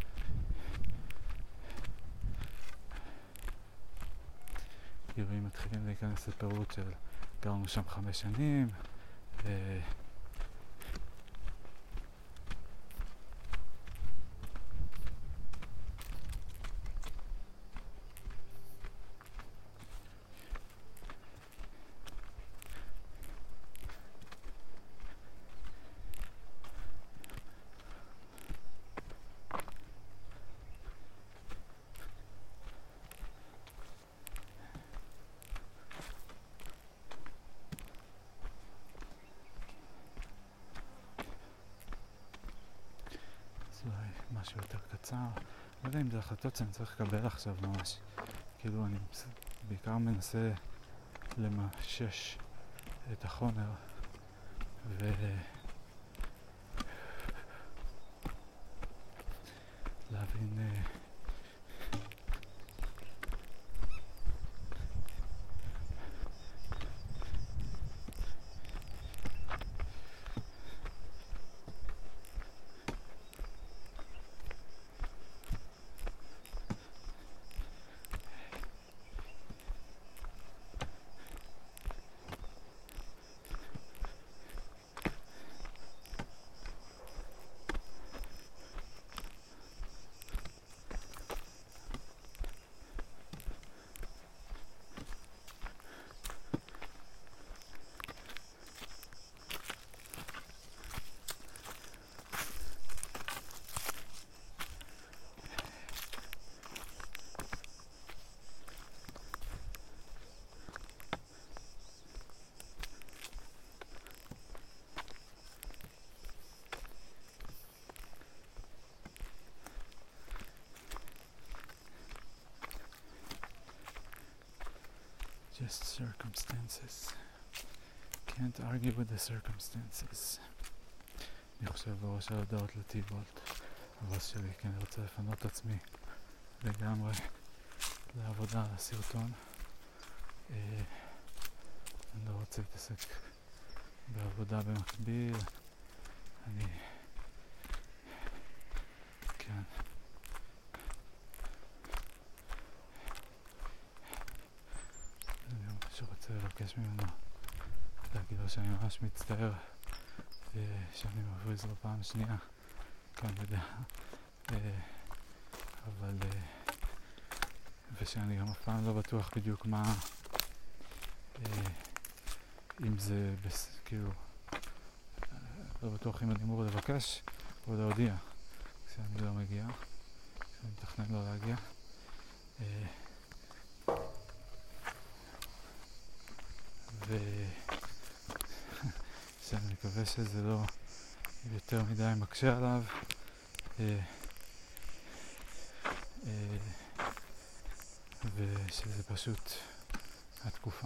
כאילו אם מתחילים להיכנס לפירוט של גרנו שם 5 שנים, משהו יותר קצר. לא יודע אם זה החלטות שאני צריך לקבל עכשיו ממש. כאילו אני בעיקר מנסה למשש את החומר ולהבין just circumstances. Can't argue with the circumstances. אני חושב בראש על הודעות לטיבולט, הראש שלי, כי אני רוצה לפנות את עצמי לגמרי לעבודה על הסרטון. אני לא רוצה להתעסק בעבודה במקביל. אני... כן. שרוצה לבקש ממנו להגיד לו שאני ממש מצטער שאני מבריז לו פעם שנייה, כן, יודע, אבל ושאני גם אף פעם לא בטוח בדיוק מה אם זה כאילו לא בטוח אם אני אמור לבקש או להודיע כשאני לא מגיע, כשאני מתכנן לא להגיע. שאני מקווה שזה לא יותר מדי מקשה עליו, ושזה פשוט התקופה.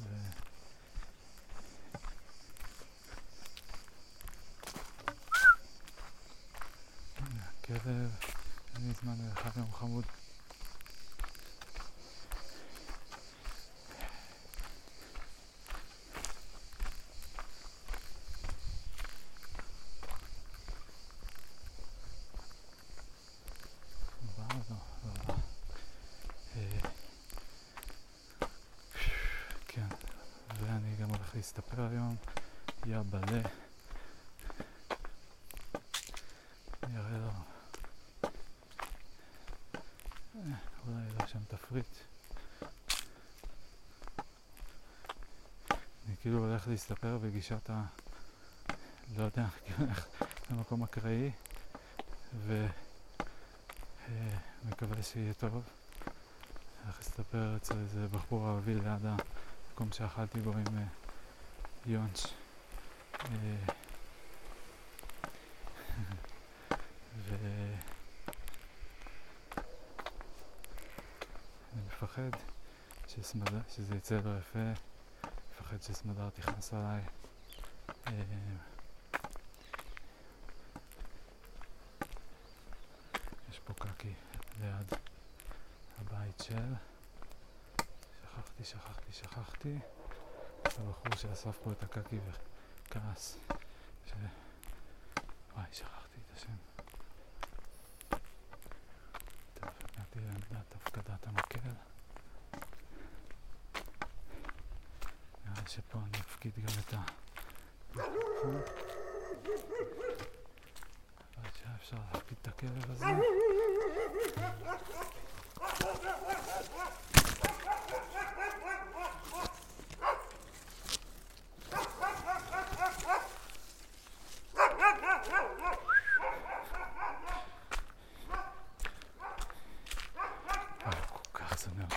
הכלב, אין לי זמן לאחד יום חמוד. אני גם הולך להסתפר היום, יא בלה. אני אראה לו, אולי לא שם תפריט. אני כאילו הולך להסתפר בגישת לא יודע, כאילו הולך למקום אקראי ומקווה שיהיה טוב. הולך להסתפר אצל איזה בחור ערבי ליד המקום שאכלתי בו עם יונש. ואני מפחד שזה יצא לא יפה, מפחד שסמדר תכנס עליי. יש פה קקי ליד הבית של שכחתי הבחור שאסף פה את הקקי וכעס וואי, שכחתי את השם. טוב, הגעתי לעמדת הפקדת המקל. נראה שפה אני אפקיד גם את המיקרופון. אבל שאפשר להפקיד את הכלב הזה. כל כך זמר